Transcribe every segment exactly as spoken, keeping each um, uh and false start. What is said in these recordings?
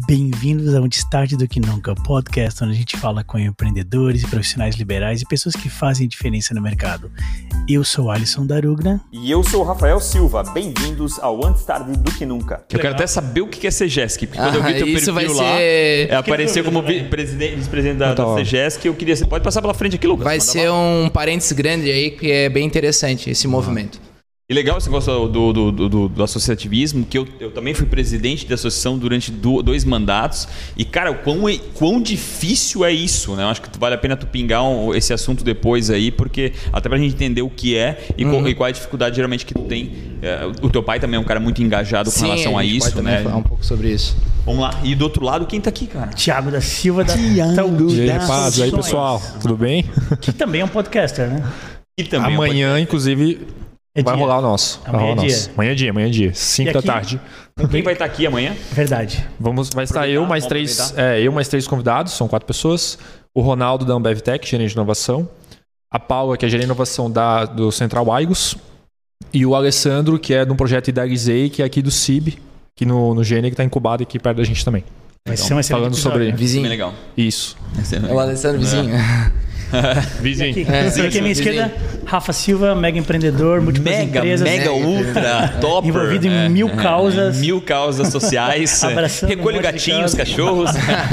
Bem-vindos ao Destaque do Que Nunca, podcast onde a gente fala com empreendedores e profissionais liberais e pessoas que fazem diferença no mercado. Eu sou Alisson Darugna. E eu sou o Rafael Silva. Bem-vindos ao Antes Tarde do Que Nunca. Eu quero até saber o que é CEGESC, porque ah, quando eu vi teu perfil vai lá, ser... é, apareceu como vice-presidente da, da CEGESC. Eu queria... Você pode passar pela frente aqui, Lucas? Vai ser um parênteses grande aí, que é bem interessante esse movimento. E legal esse negócio do, do, do, do, do associativismo, que eu, eu também fui presidente da associação durante do, dois mandatos. E, cara, o quão, quão difícil é isso, né? Eu acho que vale a pena tu pingar um, esse assunto depois aí, porque até pra gente entender o que é e, uhum. qual, e qual é a dificuldade geralmente que tu tem. É, o teu pai também é um cara muito engajado com Sim, relação a, a isso, pode né? falar um pouco sobre isso. Vamos lá. E do outro lado, quem tá aqui, cara? Thiago da Silva da Tiago E aí, rapaz, aí, pessoal, tudo bem? Que também é um podcaster, né? E também Amanhã, é um inclusive... É vai dia. rolar o nosso. Amanhã vai rolar é dia. nosso. Amanhã é dia, amanhã é dia. cinco da tarde. Quem vai estar aqui amanhã? Verdade. Vamos, vai estar eu mais três, é, eu mais três convidados, são quatro pessoas. O Ronaldo da Ambev Tech, gerente de inovação. A Paula, que é gerente de inovação da, do Central Aigos. E o Alessandro, que é de um projeto Idealizei, que é aqui do C I B, aqui no, no G N, que está incubado aqui perto da gente também. Vai ser uma falando sobre vizinho. Bem legal. Isso. É o Alessandro vizinho. É. Vizinho. Aqui, é, aqui, aqui à minha esquerda, Rafa Silva, mega empreendedor, múltiplas mega, empresas. Mega, ultra, topper. Envolvido em mil causas. É, mil causas sociais. Recolho um gatinhos, cachorros.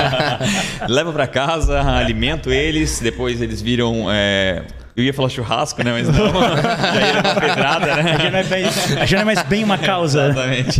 Leva pra casa, alimento eles. Depois eles viram... É... Eu ia falar churrasco, né? Mas não. Já ia uma pedrada, né? A gente não é bem, a gente não é mais bem uma causa. Exatamente.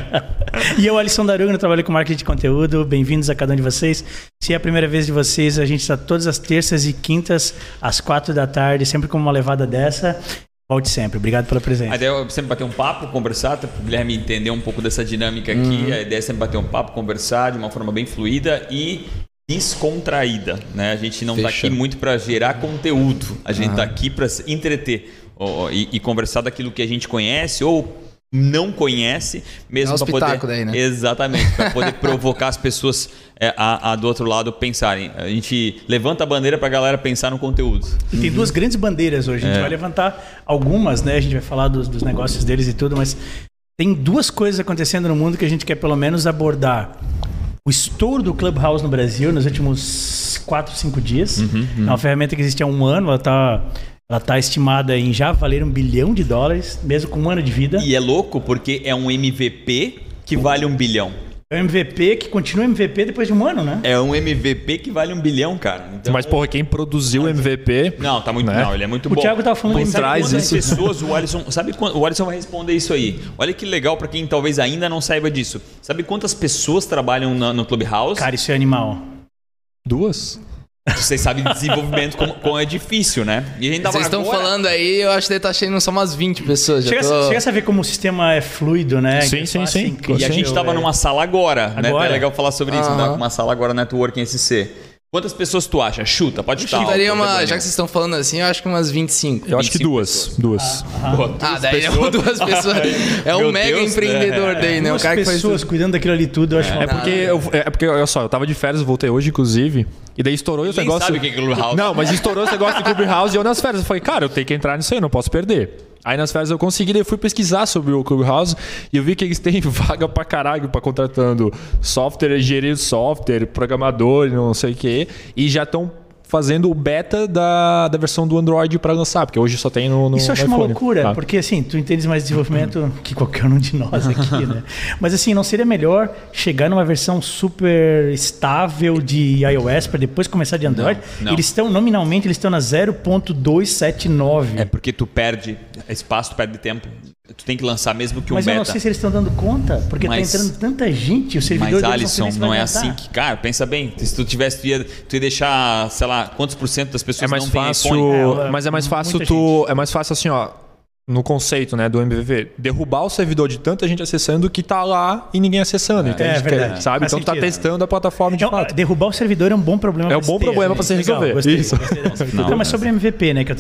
E eu, Alisson Darugna, trabalho com marketing de conteúdo. Bem-vindos a cada um de vocês. Se é a primeira vez de vocês, a gente está todas as terças e quintas, às quatro da tarde, sempre com uma levada dessa. Volte sempre. Obrigado pela presença. A ideia é sempre bater um papo, conversar, para o Guilherme entender um pouco dessa dinâmica aqui. Uhum. A ideia é sempre bater um papo, conversar de uma forma bem fluida e... descontraída, né? A gente não está aqui muito para gerar conteúdo, a gente está uhum. aqui para entreter ó, e, e conversar daquilo que a gente conhece ou não conhece, mesmo para poder, daí, né? exatamente, para poder provocar as pessoas é, a, a do outro lado pensarem. A gente levanta a bandeira para a galera pensar no conteúdo. E tem uhum. duas grandes bandeiras hoje. A gente é. vai levantar algumas, né? A gente vai falar dos, dos negócios deles e tudo, mas tem duas coisas acontecendo no mundo que a gente quer pelo menos abordar. O estouro do Clubhouse no Brasil nos últimos quatro, cinco dias. Uhum, uhum. É uma ferramenta que existe há um ano, ela está ela tá estimada em já valer um bilhão de dólares, mesmo com um ano de vida. E é louco porque é um M V P que vale um bilhão. É um M V P que continua M V P depois de um ano, né? É um M V P que vale um bilhão, cara. Então, mas, porra, quem produziu o M V P... Não, tá muito, né? Não, ele é muito o bom. O Thiago tava falando... Mas sabe quantas pessoas o Alisson... Sabe quando, o Alisson vai responder isso aí. Olha que legal pra quem talvez ainda não saiba disso. Sabe quantas pessoas trabalham no, no Clubhouse? Cara, isso é animal. Duas? Vocês sabem de desenvolvimento como, como é difícil, né? E a gente Vocês estão agora... falando aí, eu acho que tá achando só umas vinte pessoas. Chega, tô... chega a saber como o sistema é fluido, né? Sim, sim, sim. E a gente estava numa sala agora, agora, né? É legal falar sobre isso. Uh-huh. Uma sala agora Networking S C. Quantas pessoas tu acha? Chuta, pode chutar. Chutaria uma, já que vocês estão falando assim, eu acho que umas vinte e cinco. Eu acho que duas. Pessoas. Duas. Ah, ah. Pô, duas ah daí pessoas. É duas pessoas. É um mega Deus, empreendedor é. daí, né? Duas o cara pessoas que faz cuidando daquilo ali tudo, eu acho. É, é porque, eu, é porque, olha só, eu tava de férias, voltei hoje, inclusive, e daí estourou esse negócio... sabe o que é Clubhouse. Não, mas estourou esse negócio de Clubhouse e eu nas férias, eu falei, cara, eu tenho que entrar nisso aí, eu não posso perder. Aí nas férias eu consegui, daí eu fui pesquisar sobre o Clubhouse e eu vi que eles têm vaga pra caralho pra contratando software, engenheiro de software, programador, não sei o quê, e já estão fazendo o beta da, da versão do Android para lançar, porque hoje só tem no, no Isso eu acho iPhone. Uma loucura, tá? Porque assim, tu entendes mais desenvolvimento que qualquer um de nós aqui, né? Mas assim, não seria melhor chegar numa versão super estável de iOS para depois começar de Android? Não, não. Eles estão, nominalmente, eles estão na zero ponto duzentos e setenta e nove. É porque tu perde espaço, tu perde tempo. Tu tem que lançar mesmo que um mas beta. Mas eu não sei se eles estão dando conta, porque mas, tá entrando tanta gente, o servidor Mas, Alisson, não, não é assim que... Cara, pensa bem, se tu tivesse, tu ia, tu ia deixar, sei lá, quantos por cento das pessoas é mais não fácil, têm iPhone? É, mas é mais fácil tu... Gente. É mais fácil assim, ó, no conceito, né, do M V P, derrubar o servidor de tanta gente acessando que tá lá e ninguém acessando. É, então, é verdade. Quer, sabe? Faz então sentido. Tu tá testando a plataforma de então, fato. Derrubar o servidor é um bom problema É um bom ter, problema né? para você Legal, resolver. Gostei, Isso. Gostei não, não, mas sobre M V P, né, que eu até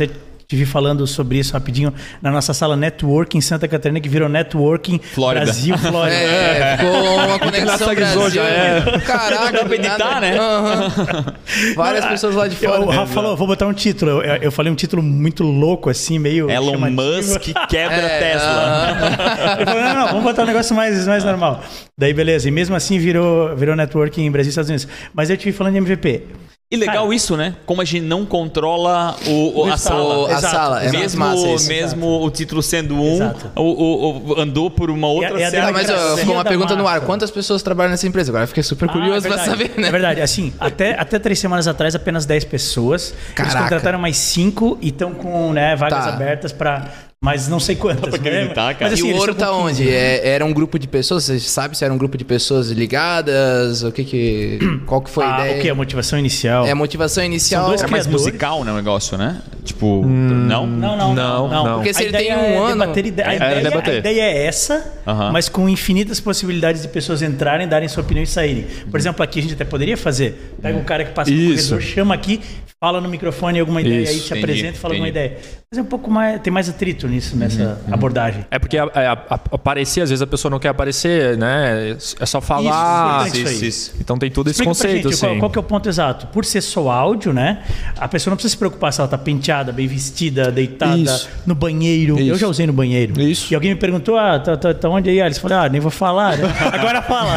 te vi falando sobre isso rapidinho na nossa sala Networking em Santa Catarina, que virou Networking Flórida. Brasil, Flórida. É, ficou uma conexão Brasil. já é. Caraca, Dá pra editar, né? Uhum. Várias pessoas lá de fora. O Rafa falou, vou botar um título. Eu, eu falei um título muito louco, assim, meio Elon chamativo. Musk quebra É, Tesla. Ele falou, não, não, vamos botar um negócio mais, mais normal. Daí, beleza. E mesmo assim virou, virou networking em Brasil e Estados Unidos. Mas eu tive falando de M V P. E legal Cara, isso, né? Como a gente não controla o, o- a O- sala. a Exato, sala, é mais mesmo massa isso. mesmo o título sendo um, Exato. o, o- o- andou por uma outra é a série. Ah, mas ó, democracia ficou uma da pergunta no ar. massa. Quantas pessoas trabalham nessa empresa? Agora eu fiquei super curioso Ah, é pra verdade. saber, né? É verdade. Assim, até, até três semanas atrás, apenas dez pessoas. Eles Caraca. contrataram mais cinco e estão com né, vagas Tá. abertas para mais não sei quantas. Dá pra né? acreditar, cara. Mas, assim, E o eles ouro estão tá com onde? quinze. É- era um grupo de pessoas? Você sabe se era um grupo de pessoas ligadas? O que que... Qual que foi a Ah, ideia? o que? A motivação inicial? É a motivação inicial? São dois Era mais criadores. musical, né, o negócio, né? Tipo, não? Não, não, não. Não, não. Porque se A ele tem ideia um é ano- debater ide- a, É, ideia, debater. a ideia é essa, Aham. mas com infinitas possibilidades de pessoas entrarem, darem sua opinião e saírem. Por exemplo, aqui a gente até poderia fazer. Pega um cara que passa no Isso. corredor, chama aqui, fala no microfone alguma ideia, Isso. aí te Entendi, apresenta e fala alguma entendi. ideia. Mas é um pouco mais. Tem mais atrito nisso, nessa abordagem. É porque a- a- a- aparecer, às vezes a pessoa não quer aparecer, né? É só falar. Isso, Isso, isso. Então tem todo esse Explica pra conceito, gente, qual, assim. qual que é o ponto exato? Por ser só áudio, né? A pessoa não precisa se preocupar se ela tá penteada, bem vestida, deitada, Isso. no banheiro. Eu Isso. já usei no banheiro. Isso. E alguém me perguntou, ah, tá, tá, tá onde aí? Eles falaram, ah, nem vou falar, né? Agora fala.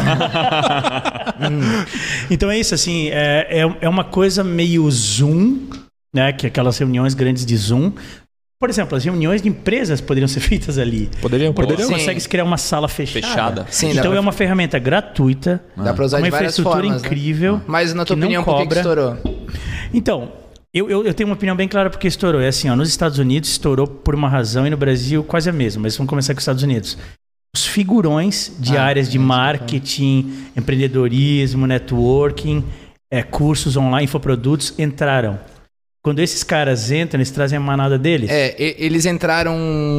Então é isso, assim, é, é, é uma coisa meio Zoom, né? Que é aquelas reuniões grandes de Zoom. Por exemplo, as reuniões de empresas poderiam ser feitas ali. Poderiam, Porque poderiam. você Sim. consegue criar uma sala fechada. Fechada. Sim, dá então pra- é uma ferramenta gratuita, Dá pra usar uma de várias infraestrutura formas, né? incrível. Mas na tua que não opinião, por que que cobra. estourou? Então, eu, eu, eu tenho uma opinião bem clara porque estourou. É assim, ó, nos Estados Unidos estourou por uma razão e no Brasil quase a mesma, mas vamos começar com os Estados Unidos. Os figurões de Ah, áreas de entendi, marketing, empreendedorismo, networking, é, cursos online, infoprodutos entraram. Quando esses caras entram, eles trazem a manada deles. É, e- eles entraram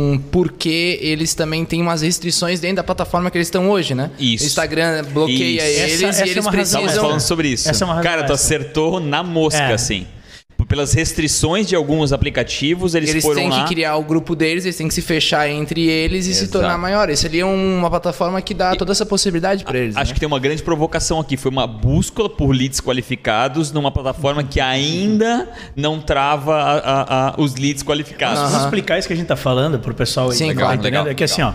porque eles também têm umas restrições dentro da plataforma que eles estão hoje, né? Isso. O Instagram bloqueia Isso. eles Essa- essa e é eles uma razão. precisam... Estamos falando sobre isso. Essa é uma razão Cara, tu essa. acertou na mosca, É. assim. Pelas restrições de alguns aplicativos, eles, Eles foram têm lá. que criar o grupo deles, eles têm que se fechar entre eles e se Exato. tornar maior. Isso ali é uma plataforma que dá toda essa possibilidade para eles. Acho né? que tem uma grande provocação aqui. Foi uma bússola por leads qualificados numa plataforma que ainda não trava a- a- a- os leads qualificados. Vamos explicar isso que a gente está falando para o pessoal aí. Sim, que tá claro. entendendo? Legal, É que assim, ó,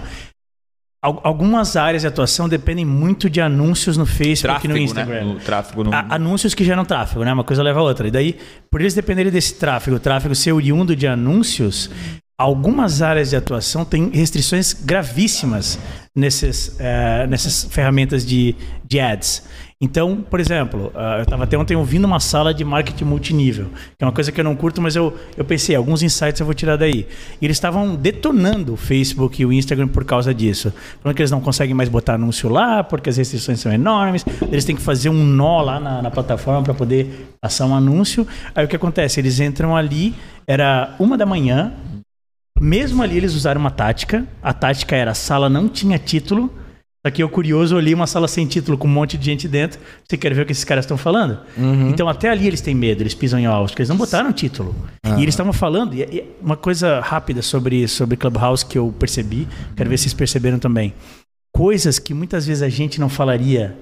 al- algumas áreas de atuação dependem muito de anúncios no Facebook Tráfego, e no Instagram. né? O tráfego no... A- anúncios que geram tráfego, né? Uma coisa leva a outra. E daí, por eles dependerem desse tráfego, o tráfego ser oriundo de anúncios, algumas áreas de atuação têm restrições gravíssimas nesses, eh, nessas ferramentas de, de ads. Então, por exemplo, ah, eu estava até ontem ouvindo uma sala de marketing multinível, que é uma coisa que eu não curto, mas eu, eu pensei, alguns insights eu vou tirar daí. E eles estavam detonando o Facebook e o Instagram por causa disso. Falando que eles não conseguem mais botar anúncio lá, porque as restrições são enormes, eles têm que fazer um nó lá na, na plataforma para poder passar um anúncio. Aí o que acontece? Eles entram ali, era uma da manhã, mesmo ali eles usaram uma tática, a tática era a sala não tinha título. Aqui eu curioso, olhei uma sala sem título com um monte de gente dentro. Você quer ver o que esses caras estão falando? Uhum. Então até ali eles têm medo, eles pisam em ovos, porque eles não botaram título. E eles estavam falando, e e uma coisa rápida sobre, sobre Clubhouse que eu percebi, quero ver se vocês perceberam também. Coisas que muitas vezes a gente não falaria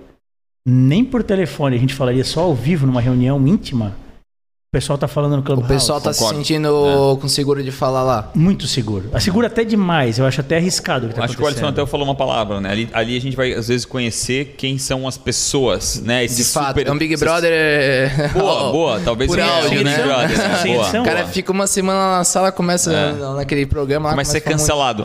nem por telefone, a gente falaria só ao vivo numa reunião íntima. O pessoal tá falando no O Clubhouse. pessoal tá se Concordo. sentindo com seguro de falar lá. Muito seguro. A segura até demais, eu acho até arriscado o que tá Acho que o Alisson acontecendo. até falou uma palavra, né? Ali, ali a gente vai, às vezes, conhecer quem são as pessoas, né? Esse De fato, super- é um Big esses- Brother... é- Boa, boa. Talvez Por um áudio, Big né? Brother, né? Sim, Boa. são- O cara Boa. fica uma semana na sala, começa É. na- naquele programa lá. Vai ser começa a falar cancelado.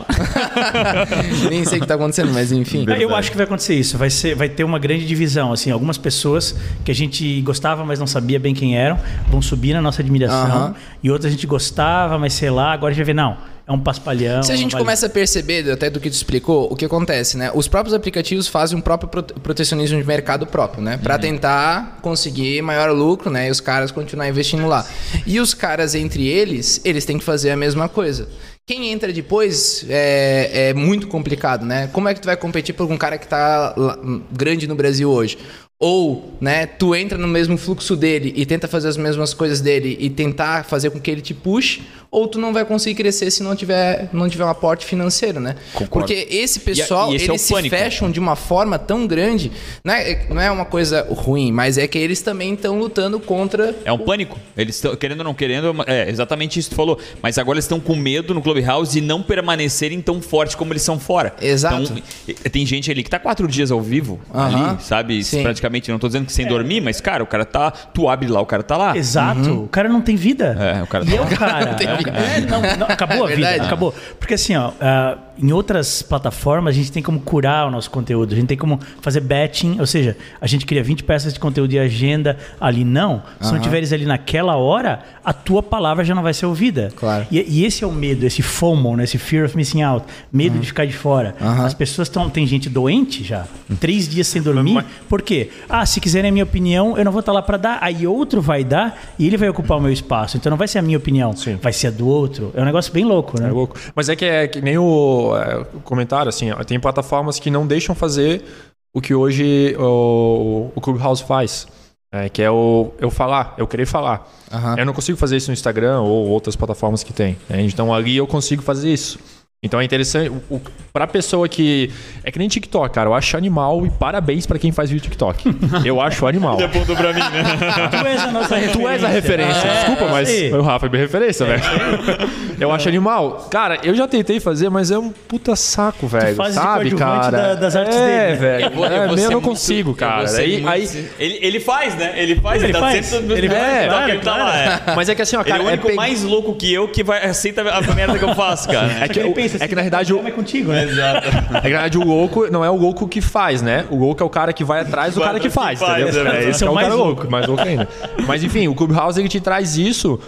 muito- Nem sei o que tá acontecendo, mas enfim. Eu acho que vai acontecer isso. Vai, ser, vai ter uma grande divisão. Assim, algumas pessoas que a gente gostava, mas não sabia bem quem eram, vão subir na nossa admiração. Aham. E outras a gente gostava, mas sei lá, agora a gente vai ver, não, é um paspalhão. Se a gente não vale- começa a perceber, até do que tu explicou, o que acontece, né? Os próprios aplicativos fazem um próprio prote- protecionismo de mercado próprio, né? Pra tentar conseguir maior lucro, né? E os caras continuar investindo lá. E os caras, entre eles, eles têm que fazer a mesma coisa. Quem entra depois é, é muito complicado, né? Como é que tu vai competir por um cara que tá lá- grande no Brasil hoje? ou, né, tu entra no mesmo fluxo dele e tenta fazer as mesmas coisas dele e tentar fazer com que ele te puxe, ou tu não vai conseguir crescer se não tiver, não tiver um aporte financeiro, né? Concordo. Porque esse pessoal, E- e esse é eles o se pânico. fecham de uma forma tão grande, não é, não é uma coisa ruim, mas é que eles também estão lutando contra... É um pânico. Eles estão, querendo ou não querendo, é exatamente isso que tu falou. Mas agora eles estão com medo no Clubhouse de não permanecerem tão fortes como eles são fora. Exato. Então, e- tem gente ali que tá quatro dias ao vivo, Aham. ali, sabe? Sim. Praticamente, não tô dizendo que sem dormir, mas, cara, o cara tá... Tu abre lá, o cara tá lá. Exato. O cara não tem vida. É, o cara E tá é o cara. tem vida. É, não, não, acabou a É vida. verdade. Acabou. Porque assim, ó, ah, em outras plataformas a gente tem como curar o nosso conteúdo. A gente tem como fazer batching, ou seja, a gente cria vinte peças de conteúdo de agenda ali. Não. Se não tiveres ali naquela hora, a tua palavra já não vai ser ouvida. Claro. E, e esse é o medo, esse FOMO, né? Esse fear of missing out. Medo de ficar de fora. Aham. As pessoas estão... Tem gente doente já. Três dias sem dormir. Por quê? Ah, se quiserem a minha opinião, eu não vou estar lá para dar. Aí outro vai dar e ele vai ocupar o meu espaço. Então não vai ser a minha opinião. Sim. Vai ser a do outro. É um negócio bem louco, né? É louco. Mas é que é que nem o, é, o comentário, assim, ó, tem plataformas que não deixam fazer o que hoje o, o Clubhouse faz. É, que é o eu falar, eu querer falar. Aham. Eu não consigo fazer isso no Instagram ou outras plataformas que tem. Né? Então ali eu consigo fazer isso. Então é interessante, o, o, pra pessoa que... É que nem TikTok, cara. Eu acho animal e parabéns pra quem faz vídeo TikTok. Eu acho animal. Ele apontou pra mim, né? Tu és a nossa referência. Tu és a referência. É, Desculpa, mas sim. o Rafa é minha referência, velho. Eu acho animal. Cara, eu já tentei fazer, mas é um puta saco, velho. fazes de Sabe, coadjuvante cara? da- das artes é, dele, né? velho. Eu vou- eu é, vou eu ser não muito- consigo, eu cara. vou ser Aí, muito- aí, Ele, ele faz, né? Ele faz, Ele tá faz. sempre... Ele é, faz, tá, claro, ele tá claro. lá, é. mas é que assim, ó, Ele cara, é o único pe- mais louco que eu que vai, aceita a merda que eu faço, cara. É que, Ele o- pensa, é que se na verdade o, é contigo, né? Exato. é que, na verdade o louco não é o louco que faz, né? O louco é o cara que vai atrás do Vai cara que atrás faz, que faz, entendeu? é, É, esse esse é é o o cara mais louco, mais louco ainda. Mas enfim, o Clubhouse ele te traz isso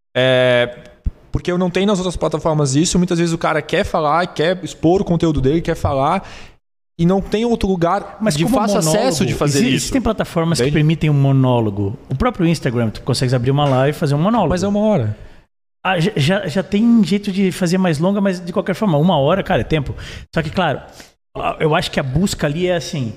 é, porque eu não tenho nas outras plataformas isso. Muitas vezes o cara quer falar, quer expor o conteúdo dele, quer falar e não tem outro lugar Mas de como fácil monólogo, acesso de fazer exi- isso. Existem plataformas Entende? que permitem um monólogo. O próprio Instagram, tu consegues abrir uma live e fazer um monólogo. Mas é uma hora. Ah, já- já, já tem jeito de fazer mais longa, mas de qualquer forma, uma hora, cara, é tempo. Só que, claro, eu acho que a busca ali é assim...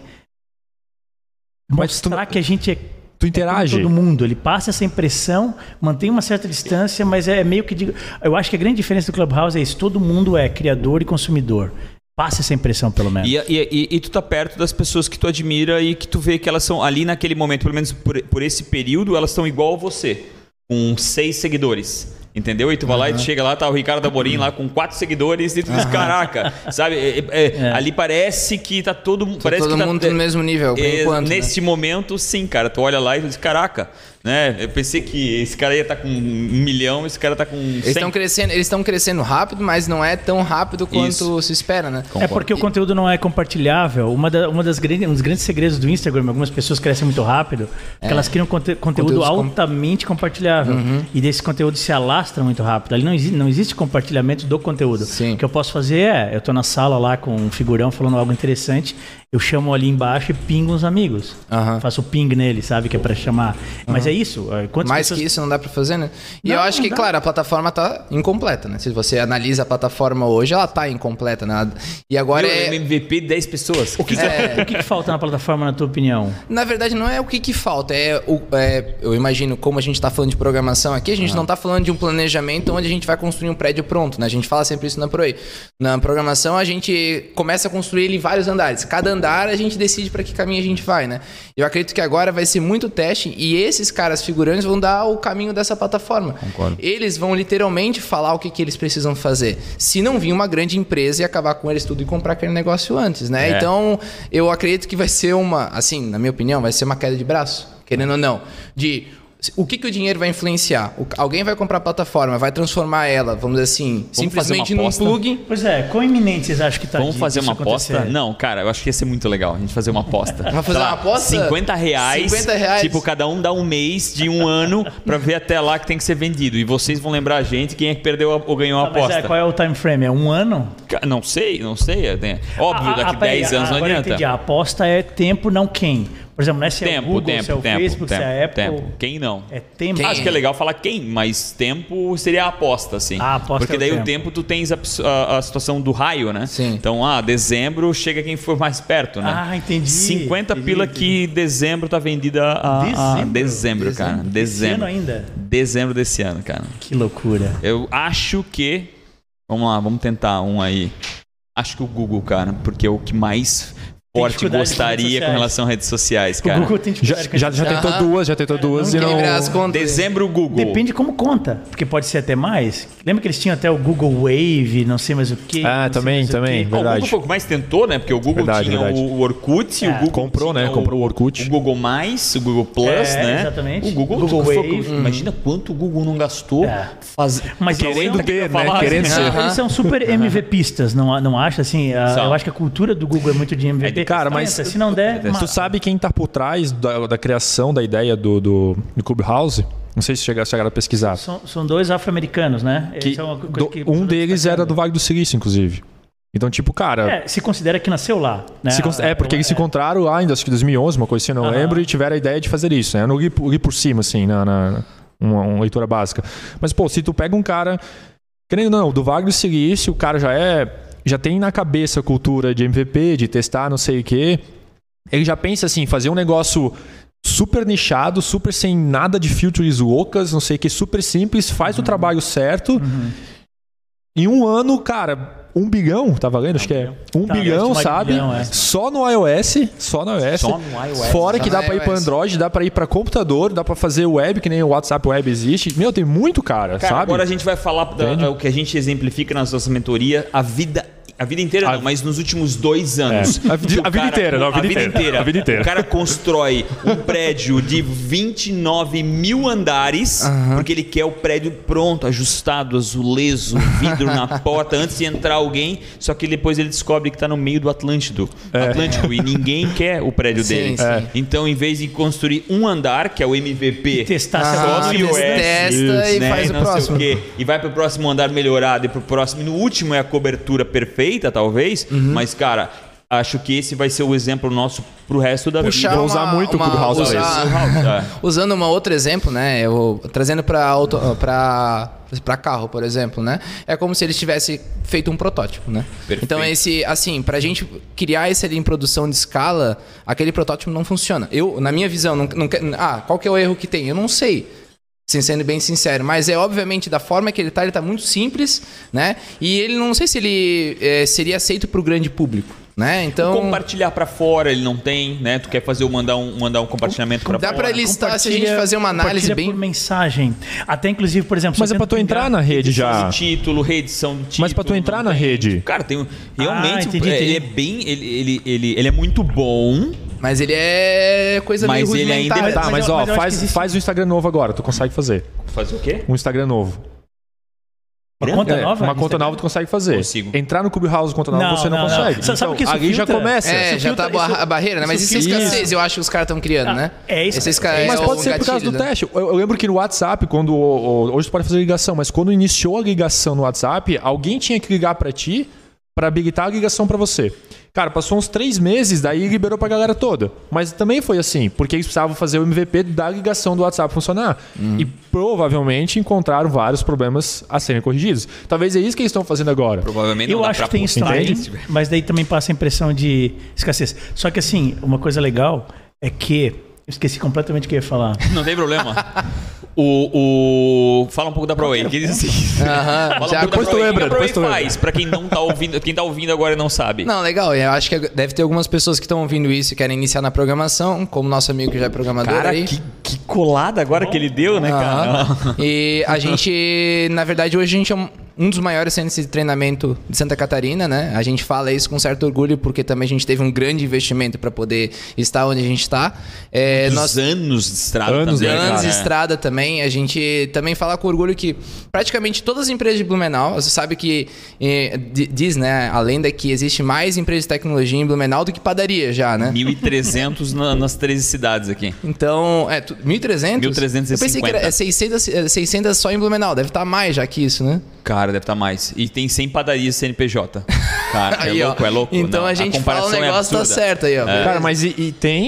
Mas tu Mostrar não- que a gente é Tu interage. todo mundo. Ele passa essa impressão, mantém uma certa distância, mas é meio que... digo- Eu acho que a grande diferença do Clubhouse é isso. Todo mundo é criador e consumidor. Passa essa impressão, pelo menos. E, e, e, e tu tá perto das pessoas que tu admira e que tu vê que elas são ali naquele momento, pelo menos por, por esse período, elas estão igual a você, com seis seguidores. Entendeu? E tu vai lá e tu chega lá, tá o Ricardo Amorim lá com quatro seguidores e tu diz, caraca, sabe? É, é, é, ali parece que tá todo mundo. Parece todo que tá, mundo no mesmo nível, por é, enquanto, né? Neste momento, sim, cara. Tu olha lá e tu diz, caraca, né? Eu pensei que esse cara ia estar com um milhão, esse cara tá com Eles cem. estão crescendo, eles estão crescendo rápido, mas não é tão rápido quanto Isso. se espera, né? É porque o conteúdo não é compartilhável. Uma, da, uma das grandes, um dos grandes segredos do Instagram, algumas pessoas crescem muito rápido, é que elas criam conte, conteúdo Conteúdos com- altamente compartilhável. E desse conteúdo se alastra muito rápido. Ali não existe, não existe compartilhamento do conteúdo. Sim. O que eu posso fazer é, eu tô na sala lá com um figurão falando algo interessante, eu chamo ali embaixo e pingo uns amigos. Aham. Faço o ping nele, sabe? Que é pra chamar. Mas é isso. é, Quantas Mais pessoas... que isso não dá pra fazer, né? E Não, eu acho não que, dá. claro, a plataforma tá incompleta, né? Se você analisa a plataforma hoje, ela tá incompleta, né? E agora Meu, é... M V P de dez pessoas. O que, É. o que, que falta na plataforma, na tua opinião? Na verdade, não é o que, que falta, é, o, é eu imagino, como a gente está falando de programação aqui, a gente não está falando de um planejamento onde a gente vai construir um prédio pronto, né? A gente fala sempre isso na Proei. Na programação, a gente começa a construir ele em vários andares. Cada andar, a gente decide para que caminho a gente vai, né? Eu acredito que agora vai ser muito teste e esses caras figurantes vão dar o caminho dessa plataforma. Concordo. Eles vão literalmente falar o que, que eles precisam fazer. Se não vir uma grande empresa e acabar com eles tudo e comprar aquele negócio antes, né? É. Então, eu acredito que vai ser uma, assim, na minha opinião, vai ser uma queda de braço, querendo ou não, de o que, que o dinheiro vai influenciar? O- alguém vai comprar a plataforma, vai transformar ela, vamos dizer assim, simplesmente fazer uma num aposta? plugin. Pois é, quão iminente vocês acham que tá Vamos de- fazer disso uma aposta? acontecer? Não, cara, eu acho que ia ser muito legal a gente fazer uma aposta. Vamos fazer Sei lá, uma aposta? cinquenta reais. cinquenta reais. Tipo, cada um dá um mês de um ano pra ver até lá que tem que ser vendido. E vocês vão lembrar a gente quem é que perdeu a- ou ganhou a Ah, mas aposta. é, qual é o time frame? É um ano? Ca- Não sei, não sei. é, né? Óbvio, Ah, daqui ah, peraí, dez anos não agora eu adianta. entendi. A aposta é tempo, não quem. Por exemplo, não é se é o Tempo, Google, tempo, se é o tempo, Facebook, tempo, se é a Apple. tempo. Quem não? É tempo. Quem? Acho que é legal falar quem, mas tempo seria a aposta, assim. Ah, a aposta Porque é o daí o tempo. tempo tu tens a, a- a situação do raio, né? Sim. Então, ah, dezembro chega quem for mais perto, né? Ah, entendi. cinquenta Entendi, pila entendi. que dezembro tá vendida a a- Dezembro? dezembro, cara. Esse Dezembro. ano ainda? Dezembro desse ano, cara. Que loucura. Eu acho que. Vamos lá, vamos tentar um aí. Acho que o Google, cara, porque é o que mais forte dificuldade com redes gostaria com sociais. relação a redes sociais, O cara. Google tem Já, dificuldade com já, isso. já tentou Aham. duas, já tentou duas e não... Equilibrar as contas. Dezembro, Google. Depende como conta, porque pode ser até mais. Lembra que eles tinham até o Google Wave, não sei mais o que. Ah, também, também. Bom, o Verdade. Google foi o que mais tentou, né? Porque o Google Verdade, tinha verdade. o Orkut, É. o Google Comprou, tinha né? Comprou o Orkut. O Google Mais, o Google Plus, É, né? exatamente. O Google, Google foi- Wave. Imagina quanto o Google não gastou É. faz... Mas eles querendo são- ter, né? Querendo Eles ser. são, eles são super M V Pistas, não, não acha assim? A- São. eu acho que a cultura do Google é muito de M V P. É de- cara, mas- Se não der, Tu ma- Tu sabe quem tá por trás da, da criação da ideia do, do, do Clubhouse? Não sei se chegaram, chegaram a pesquisar. são, são dois afro-americanos, né? Que Isso é uma coisa do- que- um deles era do Vale do Silício, inclusive. Então, tipo, cara... É, se considera que nasceu lá, né? se cons- é, porque eles se encontraram lá ainda, acho que em dois mil e onze, uma coisa assim, eu não Aham. lembro, e tiveram a ideia de fazer isso, né? Eu não li, li por cima, assim, na, na uma, uma leitura básica. Mas, pô, se tu pega um cara... Querendo ou não, do Vale do Silício, o cara já é... Já tem na cabeça a cultura de M V P, de testar não sei o quê. Ele já pensa assim, fazer um negócio super nichado, super sem nada de filtros loucas, não sei o que, super simples, faz o trabalho certo. Em um ano, cara, um bilhão, tá valendo? Acho que é. Um Tá, bilhão, mais de sabe? bilhão, é. Só no iOS, só no iOS. Só no iOS. Fora Só que no dá pra ir pra iOS. Android, dá pra ir pra computador, dá pra fazer web, que nem o WhatsApp Web existe. Meu, tem muito, cara, Cara, sabe? agora a gente vai falar da- Entende? o que a gente exemplifica na nossa mentoria, a vida... A vida inteira A- não, mas nos últimos dois anos. É. A vi- Que o a vida inteira, não, a vida inteira. A vida inteira. O cara constrói um prédio de vinte e nove mil andares, porque ele quer o prédio pronto, ajustado, azulejo, vidro na porta, antes de entrar alguém. Só que depois ele descobre que está no meio do Atlântico. Atlântico e ninguém quer o prédio Sim, dele. sim. É. Então, em vez de construir um andar, que é o M V P, E testar se só Ah, no eles iOS, testa e né, faz o não sei próximo. quê, e vai pro próximo andar melhorado e pro próximo. E no último é a cobertura perfeita, talvez. Mas, cara, acho que esse vai ser o exemplo nosso pro resto da Puxar vida. Vou usar muito o Clubhouse pra usar- É. Usando um outro exemplo, né? Eu, trazendo para auto, para para carro, por exemplo, né? É como se eles tivessem feito um protótipo, né? Perfeito. Então esse, assim, pra gente criar esse ali em produção de escala, aquele protótipo não funciona. Eu, na minha visão, não, não, quer- ah, qual que é o erro que tem? Eu não sei. Sim, sendo bem sincero, mas é obviamente da forma que ele tá, ele tá muito simples, né? E ele não sei se ele eh, seria aceito pro grande público, né? Então Compartilhar pra fora ele não tem, né? Tu quer fazer o mandar um, mandar um compartilhamento pra dá fora. pra listar se a gente Compartilha- fazer uma análise compartilha bem por mensagem. Até inclusive, por exemplo... Mas se é eu pra tu tento entrar pingar- na rede Edição já. de título, reedição de título. Mas pra tu entrar não na tem. rede. Cara, tem um- realmente Ah, entendi, é, entendi. ele é bem ele, ele, ele, ele é muito bom. Mas ele é coisa Mas meio ele ainda- rudimentar. Tá, mas mas eu- ó, mas eu acho faz, que existe- faz o Instagram novo agora, tu consegue fazer. Fazer o quê? Um Instagram novo. Uma conta É, nova? Uma conta nova tu consegue fazer. Consigo. Entrar no Clubhouse conta nova Não, você não, não, não. consegue. Sabe o que isso ali já filtra? começa. É, Isso já filtra- tá a isso- a barreira, né? Mas isso isso é filtra- escassez, eu acho que os caras estão criando, Ah, né? é isso. Esse esca- É, Mas é pode o ser por causa gatilho, do né? teste. Eu, eu lembro que no WhatsApp, quando o- o- hoje tu pode fazer ligação, mas quando iniciou a ligação no WhatsApp, alguém tinha que ligar pra ti pra habilitar a ligação pra você. Cara, passou uns três meses, daí liberou pra galera toda. Mas também foi assim, porque eles precisavam fazer o M V P da ligação do WhatsApp funcionar. E provavelmente encontraram vários problemas a serem corrigidos. Talvez é isso que eles estão fazendo agora. Provavelmente não Eu dá acho pra que tem isso também, Entende? mas daí também passa a impressão de escassez. Só que assim, uma coisa legal é que... Eu esqueci completamente o que eu ia falar. Não tem problema. O, o... Fala um pouco da ProWay. Que diz assim. Aham, Fala já- um pouco da depois tu ProWay. lembra, O que a ProWay depois tu lembra. faz, pra quem não tá ouvindo, quem tá ouvindo agora e não sabe. Não, legal. Eu acho que deve ter algumas pessoas que estão ouvindo isso e querem iniciar na programação, como nosso amigo que já é programador Cara, aí. que, que colada agora que ele deu, né, cara? Aham. E a gente, na verdade, hoje a gente é um, um dos maiores centros de treinamento de Santa Catarina, né? A gente fala isso com certo orgulho porque também a gente teve um grande investimento para poder estar onde a gente está. É, Dos anos de estrada Anos, também, né, anos de cara. estrada também. A gente também fala com orgulho que praticamente todas as empresas de Blumenau, você sabe que eh, di- diz, né, a lenda que existe mais empresas de tecnologia em Blumenau do que padaria já, né? mil e trezentos na- nas treze cidades aqui. Então, é, tu- mil e trezentos? mil trezentos e Eu pensei que era cinquenta. é seiscentos, é, seiscentos só em Blumenau, deve estar mais já que isso, né? Cara, deve estar mais. E tem cem padarias C N P J. Cara, Aí, é ó. louco, é louco. Então Não, a gente fala o comparação é negócio tá absurda. certo aí, ó. Cara, mas e, e tem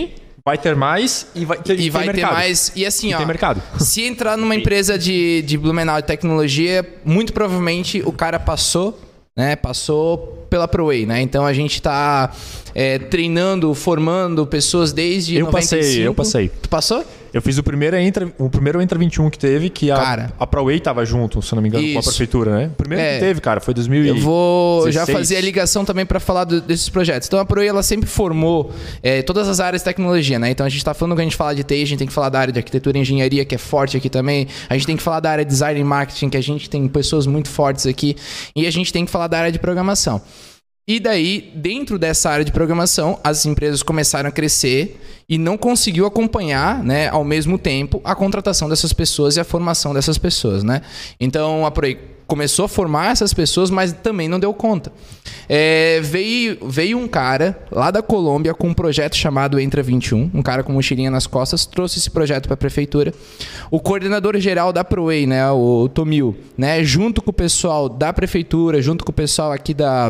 vai ter mais e vai ter, E vai ter mercado. mais. E assim, E ó. tem mercado. Se entrar numa empresa de, de Blumenau de tecnologia, muito provavelmente o cara passou, né? Passou pela ProWay, né? Então a gente tá é, treinando, formando pessoas desde Eu noventa e cinco. passei, eu passei. Tu passou? Eu fiz o primeiro Entra, o primeiro Entra vinte e um que teve, que a, Cara. a ProWay tava junto, se eu não me engano, com a Isso. prefeitura, né? O primeiro É. que teve, cara, foi dois mil e dezesseis. Eu vou já fazer a ligação também para falar do, desses projetos. Então a ProWay ela sempre formou é, todas as áreas de tecnologia, né? Então a gente está falando que a gente fala de T I, a gente tem que falar da área de arquitetura e engenharia, que é forte aqui também. A gente tem que falar da área de design e marketing, que a gente tem pessoas muito fortes aqui. E a gente tem que falar da área de programação. E daí, dentro dessa área de programação, as empresas começaram a crescer e não conseguiu acompanhar, né, ao mesmo tempo, a contratação dessas pessoas e a formação dessas pessoas, né? Então, a ProWay começou a formar essas pessoas, mas também não deu conta. É, veio, veio um cara lá da Colômbia com um projeto chamado Entra vinte e um, um cara com mochilinha nas costas, trouxe esse projeto para a prefeitura. O coordenador geral da ProWay, né, o Tomil, né, junto com o pessoal da prefeitura, junto com o pessoal aqui da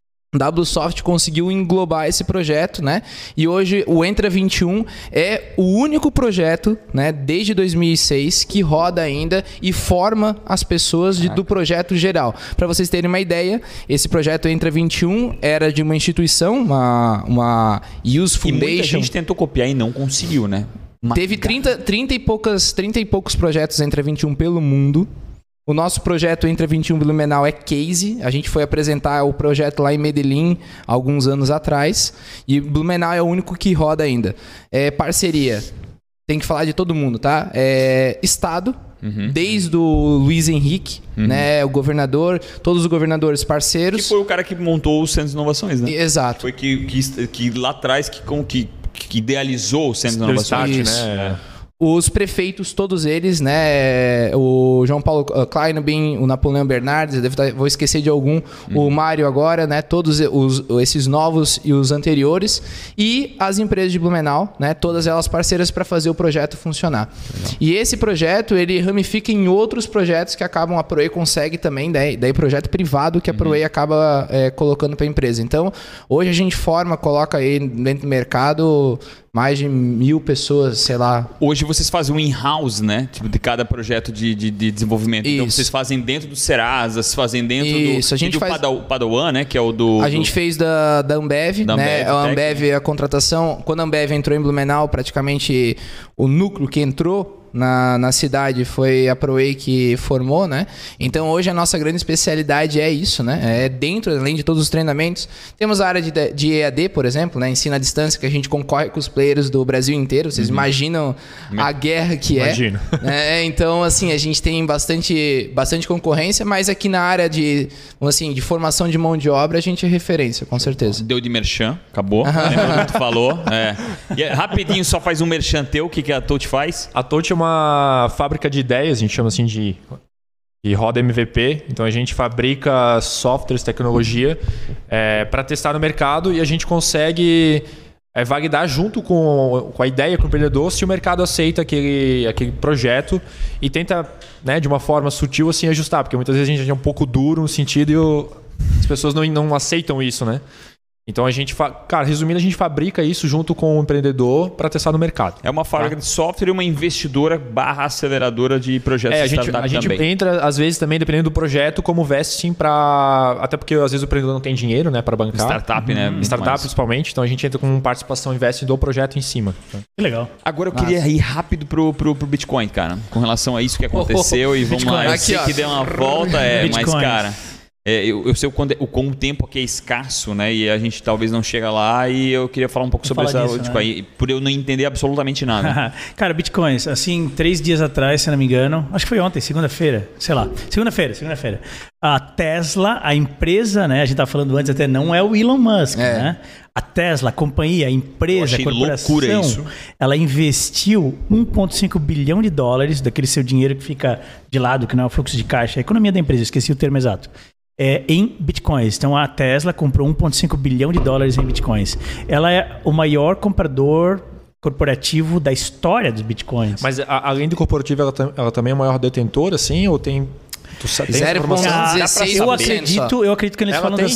WSoft conseguiu englobar esse projeto, né? E hoje o Entra vinte e um é o único projeto, né, desde dois mil e seis que roda ainda e forma as pessoas de, do projeto geral. Para vocês terem uma ideia, esse projeto Entra vinte e um era de uma instituição, uma, uma Use E muita Foundation. gente tentou copiar e não conseguiu, né? Mas, Teve trinta, trinta e poucas, trinta e poucos projetos Entra vinte e um pelo mundo. O nosso projeto Entra vinte e um Blumenau é case. A gente foi apresentar o projeto lá em Medellín alguns anos atrás. E Blumenau é o único que roda ainda. É parceria. Tem que falar de todo mundo, tá? É Estado, uhum. desde o Luiz Henrique, uhum. né? O governador, todos os governadores parceiros. Que foi o cara que montou o Centro de Inovações, né? Exato. Foi que, que, que lá atrás que, que, que idealizou o Centro de Inovações. Isso. Né? Os prefeitos, todos eles, né? O João Paulo Kleinobin, o Napoleão Bernardes, eu devo estar, vou esquecer de algum, uhum. o Mário agora, né? Todos os, esses novos e os anteriores. E as empresas de Blumenau, né? Todas elas parceiras para fazer o projeto funcionar. Legal. E esse projeto, ele ramifica em outros projetos que acabam, a ProWay consegue também, daí, daí projeto privado que a ProWay uhum. acaba é, colocando para a empresa. Então, hoje a gente forma, coloca aí dentro do mercado mais de mil pessoas, sei lá. Hoje vocês fazem um in-house, né? Tipo, de cada projeto de, de, de desenvolvimento. Isso. Então vocês fazem dentro do Serasa, vocês fazem dentro Isso. do, a gente do faz... Padawan, né? Que é o do... A gente do... fez da, da Ambev, da né? Ambev, a Ambev, a contratação... Quando a Ambev entrou em Blumenau, praticamente o núcleo que entrou Na, na cidade foi a ProWay que formou, né? Então hoje a nossa grande especialidade é isso, né? É dentro, além de todos os treinamentos. Temos a área de, de E A D, por exemplo, né? Ensino à distância, que a gente concorre com os players do Brasil inteiro. Vocês uhum. imaginam a guerra que Imagino. é. é. Então, assim, a gente tem bastante, bastante concorrência, mas aqui na área de, assim, de formação de mão de obra, a gente é referência, com certeza. Deu de merchan, acabou. Lembra o que tu falou? É. E, rapidinho, só faz um merchan teu. O que, que a Touch faz? A Touch é uma uma fábrica de ideias, a gente chama assim de, de roda M V P. Então a gente fabrica softwares, tecnologia é, para testar no mercado e a gente consegue é, validar junto com, com a ideia, com o empreendedor, se o mercado aceita aquele, aquele projeto e tenta, né, de uma forma sutil assim ajustar, porque muitas vezes a gente é um pouco duro no sentido e o, as pessoas não, não aceitam isso, né? Então a gente, fa... cara, resumindo, a gente fabrica isso junto com o empreendedor para testar no mercado. É uma fábrica tá? de software e uma investidora barra aceleradora de projetos é, a de gente, startup a gente também. entra, às vezes, também, dependendo do projeto, como vesting para... Até porque, às vezes, o empreendedor não tem dinheiro, né, para bancar. Startup, uhum. né? Startup, Mas... principalmente. Então a gente entra com participação e investing do projeto em cima. Que legal. Agora eu queria Nossa. ir rápido pro, pro, pro Bitcoin, cara. Com relação a isso que aconteceu oh, oh, oh. e vamos Bitcoin. lá. Eu Aqui, sei ó. que deu uma volta, é, Bitcoin. mas, cara... É, eu, eu sei o quão, o quão tempo aqui é escasso, né? E a gente talvez não chega lá e eu queria falar um pouco Vou sobre essa disso, Bitcoin, né? Por eu não entender absolutamente nada. Cara, Bitcoins, assim, três dias atrás, se não me engano, acho que foi ontem, segunda-feira, sei lá, segunda-feira, segunda-feira. A Tesla, a empresa, né? A gente estava falando antes até, não é o Elon Musk, é. né? A Tesla, a companhia, a empresa, a corporação, loucura isso. ela investiu um vírgula cinco bilhão de dólares daquele seu dinheiro que fica de lado, que não é o fluxo de caixa, a economia da empresa, esqueci o termo exato. É, em bitcoins. Então a Tesla comprou um vírgula cinco bilhão de dólares em bitcoins. Ela é o maior comprador corporativo da história dos bitcoins. Mas a, além do corporativo, ela, ela também é o maior detentor, assim? Ou tem... zero vírgula dezesseis Eu acredito, eu acredito que eles ela falam tem... das...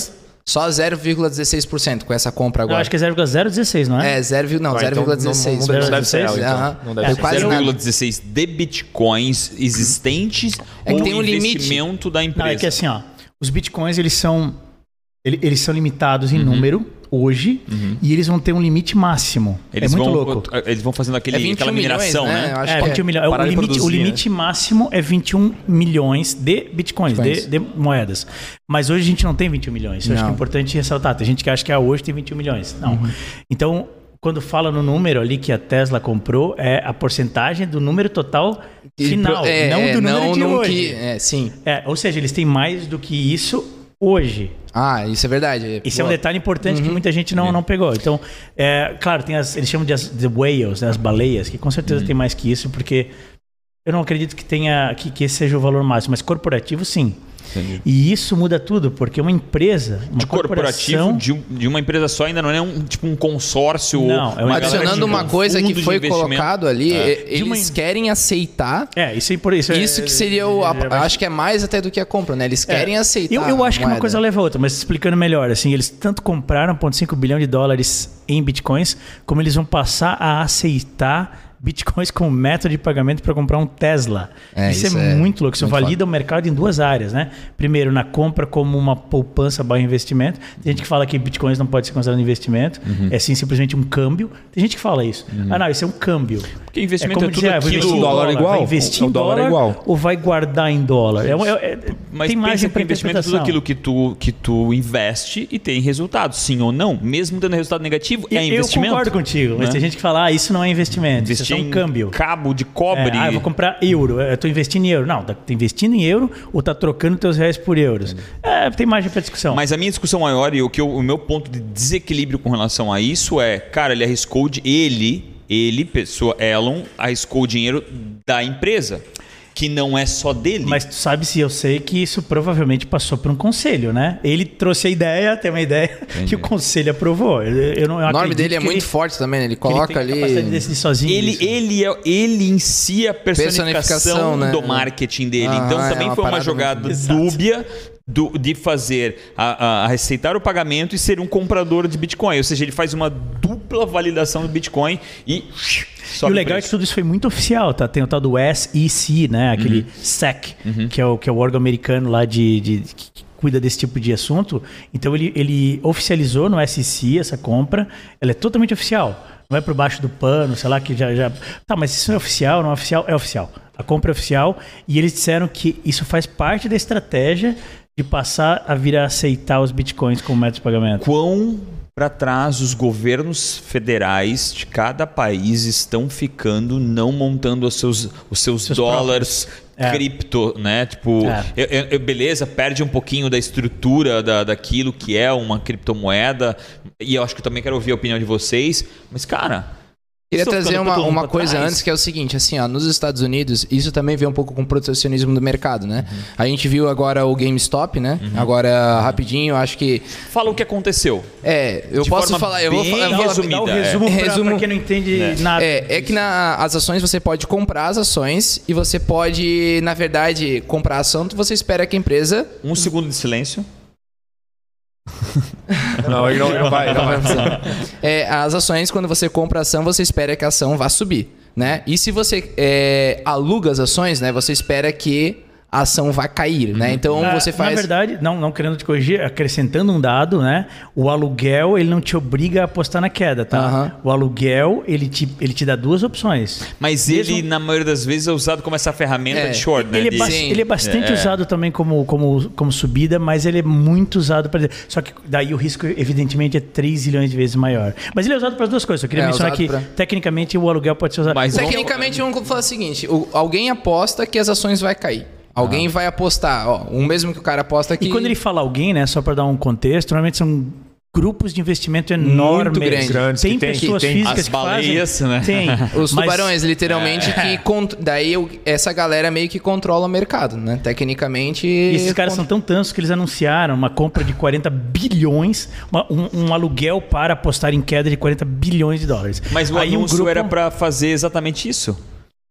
só zero vírgula dezesseis por cento com essa compra agora. Eu acho que é zero vírgula zero dezesseis, não é? É, zero, não, Ah, zero vírgula dezesseis. Então, não, não deve ser ela, então. Aham. Não deve É, ser. quase zero nada. vírgula dezesseis de bitcoins existentes É que ou tem um limite. investimento da empresa? Não, é que assim, ó, os bitcoins, eles são, ele- eles são limitados em número hoje e eles vão ter um limite máximo. Eles é muito vão, louco. Eles vão fazendo aquele, É vinte e um aquela mineração, milhões, né? Eu acho É, que vinte e um milhões. Parar O de limite, o produzir, limite máximo é vinte e um milhões de bitcoins, de, Bitcoins. de moedas. Mas hoje a gente não tem vinte e um milhões. Eu acho que é Não. importante ressaltar. Tem gente que acha que ah, hoje tem vinte e um milhões. Não. Então, quando fala no número ali que a Tesla comprou, é a porcentagem do número total final, É, não é, do número não de num hoje. que- é, sim. É, ou seja, eles têm mais do que isso hoje. Ah, isso é verdade. Esse é um Boa. detalhe importante que muita gente não, não pegou. Então, é, claro, tem as, eles chamam de as, the whales, né, as baleias, que com certeza tem mais que isso, porque eu não acredito que tenha que, que esse seja o valor máximo, mas corporativo sim. Entendi. E isso muda tudo, porque uma empresa, uma De corporativo corporação, de, um- de uma empresa só ainda não é um tipo um consórcio. Não, é uma galera Adicionando de uma um coisa fundo que de foi investimento. colocado ali, É. e- De uma eles em- querem aceitar é, isso é por isso. é- isso que seria o. a- é- acho que é mais até do que a compra, né? Eles querem É. aceitar. Eu, eu acho que a uma moeda. coisa leva a outra, mas explicando melhor, assim, eles tanto compraram um vírgula cinco bilhão de dólares em bitcoins, como eles vão passar a aceitar bitcoins como método de pagamento para comprar um Tesla. É, isso, isso é, é muito louco. Isso muito valida o mercado em duas áreas, né? Primeiro, na compra como uma poupança barra investimento. Tem gente que fala que bitcoins não pode ser considerado investimento, é sim simplesmente um câmbio. Tem gente que fala isso. Ah, não, isso é um câmbio. Porque investimento é, como tudo dizer, ah, vou aquilo. investir em O dólar dólar, é igual? vai investir O em dólar dólar, é igual. ou vai guardar em dólar? É, é, é, Mas tem pensa margem que para investimento é tudo interpretação. aquilo que tu, que tu investe e tem resultado, sim ou não. Mesmo tendo resultado negativo, é Eu investimento. concordo contigo, mas né? tem gente que fala, ah, isso não é investimento, Investir isso é só um em câmbio. cabo de cobre. É, ah, eu vou comprar euro, eu estou investindo em euro. Não, tá investindo em euro ou tá trocando teus reais por euros? É, tem margem para discussão. Mas a minha discussão maior e o, que eu- o meu ponto de desequilíbrio com relação a isso é, cara, ele arriscou de ele, ele, pessoa Elon, arriscou o dinheiro da empresa, que não é só dele. Mas tu sabe se eu sei que isso provavelmente passou por um conselho, né? Ele trouxe a ideia, tem uma ideia, que o conselho aprovou. Eu, eu não, eu O nome acredito dele é que muito ele, forte também, né? Ele que ele coloca tem capacidade de ali. decidir sozinho. Ele, isso. ele, é, ele em si é a personificação Personificação, né? do marketing dele. Aham, então é também uma foi uma parada jogada muito- Exato. dúbia do- de fazer, a, a- a receitar o pagamento e ser um comprador de Bitcoin. Ou seja, ele faz uma dupla validação do Bitcoin e E sobe o legal é que tudo isso foi muito oficial, tá? Tem o tal do S E C, né? Aquele S E C, que, é o, que é o órgão americano lá de, de- que que cuida desse tipo de assunto. Então ele, ele oficializou no S E C essa compra. Ela é totalmente oficial. Não é por baixo do pano, sei lá, que já, já... Tá, mas isso é oficial, não é oficial? É oficial. A compra é oficial. E eles disseram que isso faz parte da estratégia de passar a vir a aceitar os bitcoins como método de pagamento. Quão para trás os governos federais de cada país estão ficando não montando os seus, os seus, Seus dólares É. cripto, né? Tipo, É. eu- eu- eu- beleza, perde um pouquinho da estrutura da, daquilo que é uma criptomoeda. E eu acho que eu também quero ouvir a opinião de vocês. Mas, cara... Queria estão trazer ficando uma, todo mundo uma pra coisa trás. antes, que é o seguinte, assim, ó, nos Estados Unidos, isso também vem um pouco com o protecionismo do mercado, né? Uhum. A gente viu agora o GameStop, né? Agora, rapidinho, acho que... Fala o que aconteceu. É, eu De posso forma falar... Eu vou, bem fa- eu vou falar- resumida. Dá o é. resumo pra, Resumo- pra quem não entende É. nada. É, é que na, as ações você pode comprar as ações e você pode, na verdade, comprar a ação, você espera que a empresa... Um segundo de silêncio. Não, ele não, ele não vai. Não vai. É, as ações, quando você compra a ação, você espera que a ação vá subir, né? E se você é, aluga as ações, né? Você espera que a ação vá cair, né? Então Ah, você faz... Na verdade, não, não querendo te corrigir, acrescentando um dado, né? O aluguel, ele não te obriga a apostar na queda, tá? Aham. O aluguel, ele te, ele te dá duas opções. Mas Mesmo- ele, na maioria das vezes, é usado como essa ferramenta É. de short, né? Ele é, De- ba- Sim. ele é bastante É. usado também como, como, como subida, mas ele é muito usado para. Só que daí o risco, evidentemente, é três zilhões de vezes maior. Mas ele é usado para as duas coisas. Eu queria É, mencionar usado que, pra- tecnicamente, o aluguel pode ser usado. Mas vamos- Tecnicamente, vamos falar o seguinte: o- alguém aposta que as ações vai cair. Alguém vai apostar, ó, o mesmo que o cara aposta que... E quando ele fala alguém, né, só para dar um contexto, normalmente são grupos de investimento enormes. grandes. Grandes, Tem que tem- pessoas que tem físicas as que baleias, fazem. né? Tem. Os Mas- tubarões, literalmente, que... Cont... Daí eu- essa galera meio que controla o mercado, né? Tecnicamente... E esses caras são tão tantos que eles anunciaram uma compra de quarenta bilhões, uma- um, um aluguel para apostar em queda de quarenta bilhões de dólares. Mas o Aí um anúncio grupo- era para fazer exatamente isso.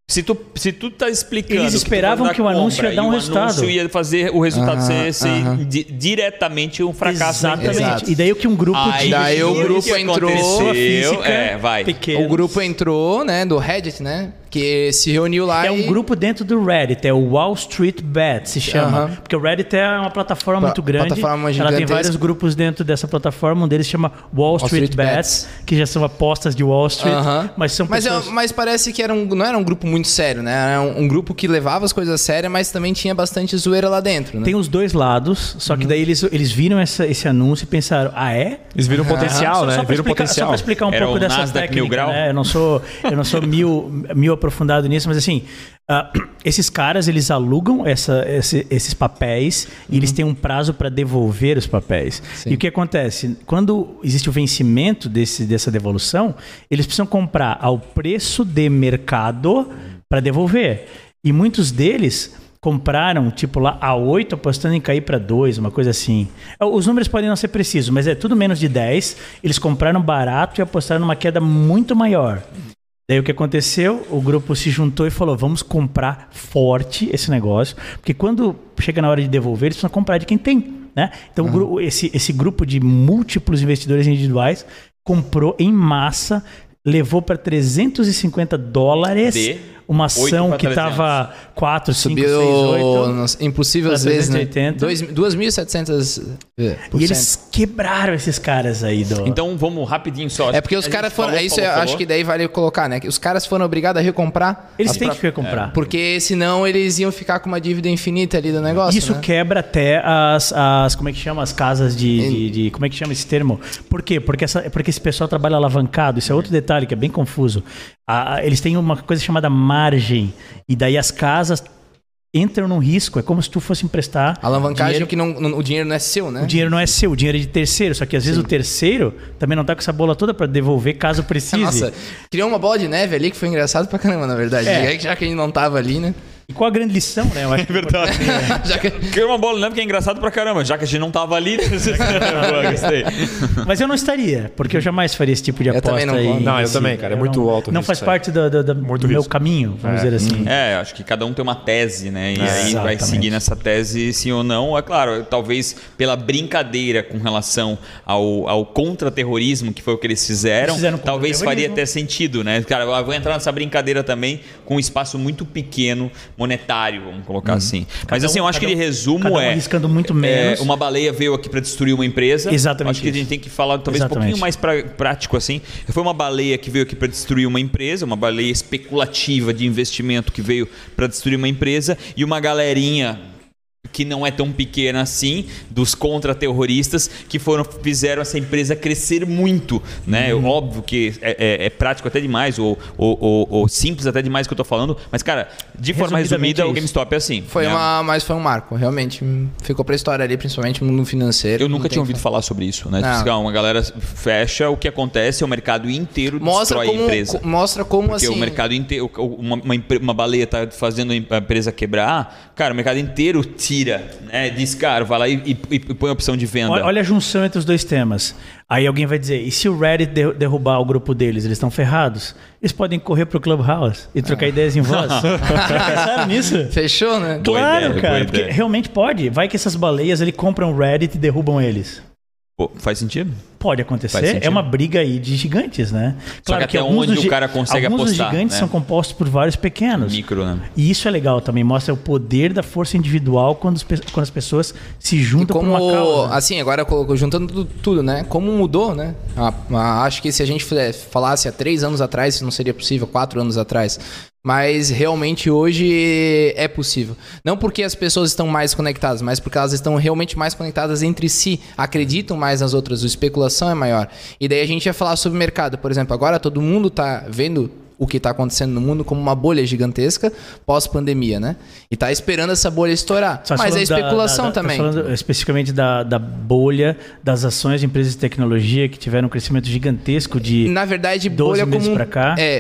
Se tu, se tu tá explicando... Eles esperavam que, que o anúncio ia dar um o resultado. O anúncio ia fazer o resultado Aham, ser, ser aham. di- diretamente um fracasso. da Exatamente. empresa. Exato. E daí o que um grupo Aí, de... daí o que grupo que entrou, aconteceu, física, é, vai. pequenos. O grupo entrou, né, do Reddit, né? Que se reuniu lá É um e... grupo dentro do Reddit, é o Wall Street Bet, se chama. Aham. Porque o Reddit é uma plataforma Pla- muito grande. plataforma Ela tem gigantesca. vários grupos dentro dessa plataforma. Um deles chama Wall, Street, Street Bets, Bets. que já são apostas de Wall Street. Aham. Mas são Mas, é- pessoas... mas parece que era um, não era um grupo muito sério, né? Era um, um grupo que levava as coisas a sério, mas também tinha bastante zoeira lá dentro, né? Tem os dois lados, só que daí eles, eles viram essa, esse anúncio e pensaram, ah, é? Eles viram potencial, Só- né? Só para Viram explicar, só potencial. pra explicar um Era pouco o dessa Nasdaq técnica, mil grau? né? Eu não sou, eu não sou mil, mil aprofundado nisso, mas assim, ah, esses caras, eles alugam essa, esse- esses papéis e eles têm um prazo para devolver os papéis. Sim. E o que acontece? Quando existe o vencimento desse, dessa devolução, eles precisam comprar ao preço de mercado para devolver. E muitos deles compraram, tipo, lá a oito, apostando em cair para dois, uma coisa assim. Os números podem não ser precisos, mas é tudo menos de dez. Eles compraram barato e apostaram numa queda muito maior. Daí o que aconteceu? O grupo se juntou e falou, vamos comprar forte esse negócio, porque quando chega na hora de devolver, eles precisam comprar de quem tem, né? Então o gru- esse, esse grupo de múltiplos investidores individuais comprou em massa, levou para trezentos e cinquenta dólares De uma oito ação para que trezentos. estava quatro, cinco, seis, Subiu oito. nos- impossível às pra vezes, né? trezentos e oitenta. duas mil e setecentos por E eles cento. quebraram esses caras aí do... Então vamos rapidinho só. É porque os A caras gente foram. falou, é isso falou, eu falou. acho que daí vale colocar, né? Que os caras foram obrigados a recomprar. Eles as têm pró- que comprar. Porque senão eles iam ficar com uma dívida infinita ali do negócio. Isso né? quebra até as, as. Como é que chama? As casas de, de, de- Como é que chama esse termo? Por quê? Porque, essa, porque esse pessoal trabalha alavancado. Isso é outro detalhe que é bem confuso. A- a- eles têm uma coisa chamada margem. E daí as casas entram num risco. É como se tu fosse emprestar. Alavancagem dinheiro. que não, não- o dinheiro não é seu, né? O dinheiro não é seu, o dinheiro é de terceiro. Só que às vezes o terceiro também não tá com essa bola toda para devolver caso precise. Nossa, criou uma bola de neve ali que foi engraçado pra caramba, na verdade. É. Já que a gente não tava ali, né? E qual a grande lição, né? Eu acho que é Verdade. Já que... Que uma bola, lembra que é engraçado pra caramba, já que a gente não tava ali. Boa, gostei. Mas eu não estaria, porque eu jamais faria esse tipo de Eu aposta. também não aí vou. Não, eu nesse- também, cara, é muito não, alto o Não risco faz isso aí. parte do, do- do- Muito do meu risco. caminho, vamos É. dizer assim. É, acho que cada um tem uma tese, né? E aí vai Exatamente. seguir nessa tese sim ou não. É claro, talvez pela brincadeira com relação ao, ao contra-terrorismo, que foi o que eles fizeram, Eles fizeram talvez faria contra-terrorismo. até sentido, né? Cara, eu vou entrar nessa brincadeira também com um espaço muito pequeno monetário, vamos colocar assim. Mas assim, eu acho que de cada um- resumo cada um é... arriscando muito é, menos. uma baleia veio aqui para destruir uma empresa. Exatamente Acho que a isso. gente tem que falar talvez um Exatamente. pouquinho mais pra, prático assim. Foi uma baleia que veio aqui para destruir uma empresa, uma baleia especulativa de investimento que veio para destruir uma empresa e uma galerinha que não é tão pequena assim, dos contra-terroristas que foram, fizeram essa empresa crescer muito, né? Uhum. Óbvio que é, é- é prático até demais, ou, ou, ou- ou simples até demais que eu tô falando, mas cara, de forma Resumidamente resumida, é o isso. GameStop é assim. Foi né? uma, mas foi um marco, realmente. hum, Ficou pra história ali, principalmente no mundo financeiro. Eu nunca Não tinha tem ouvido que- falar sobre isso, né? Não. Tipo, ah, uma galera fecha, o que acontece é o mercado inteiro Mostra destrói como, a empresa. co- mostra como Porque assim. o mercado inteiro, uma, uma, empre- uma baleia tá fazendo a empresa quebrar, cara, o mercado inteiro tira, né? Diz, cara, vai lá e, e- e põe a opção de venda. Olha, olha a junção entre os dois temas. Aí alguém vai dizer, e se o Reddit de- derrubar o grupo deles, eles estão ferrados? Eles podem correr pro Clubhouse e trocar ideias em voz. Pensaram nisso? Fechou, né? Boa Claro, ideia, cara, boa porque ideia. realmente pode. Vai que essas baleias ele compram o Reddit e derrubam eles. Pô, faz sentido? Pode Faz acontecer. sentido. É uma briga aí de gigantes, né? que até alguns onde dos o gi- cara consegue alguns dos apostar, gigantes né? são compostos por vários pequenos. Micro, né? E isso é legal também, mostra o poder da força individual quando, os pe- quando as pessoas se E juntam por como, uma causa. assim, agora colocou juntando tudo, tudo, né? Como mudou, né? Ah, ah, acho que se a gente fizesse- falasse há três anos atrás, isso não seria possível, quatro anos atrás. Mas realmente hoje é possível. Não porque as pessoas estão mais conectadas, mas porque elas estão realmente mais conectadas entre si, acreditam mais nas outras, a especulação é maior. E daí a gente ia falar sobre mercado, por exemplo, agora todo mundo tá vendo o que está acontecendo no mundo como uma bolha gigantesca pós-pandemia, né? E tá esperando essa bolha estourar. Só Mas é falando da- especulação da- da- também. Tô falando especificamente da, da bolha das ações de empresas de tecnologia que tiveram um crescimento gigantesco de Na verdade, doze bolha meses como um, pra cá. é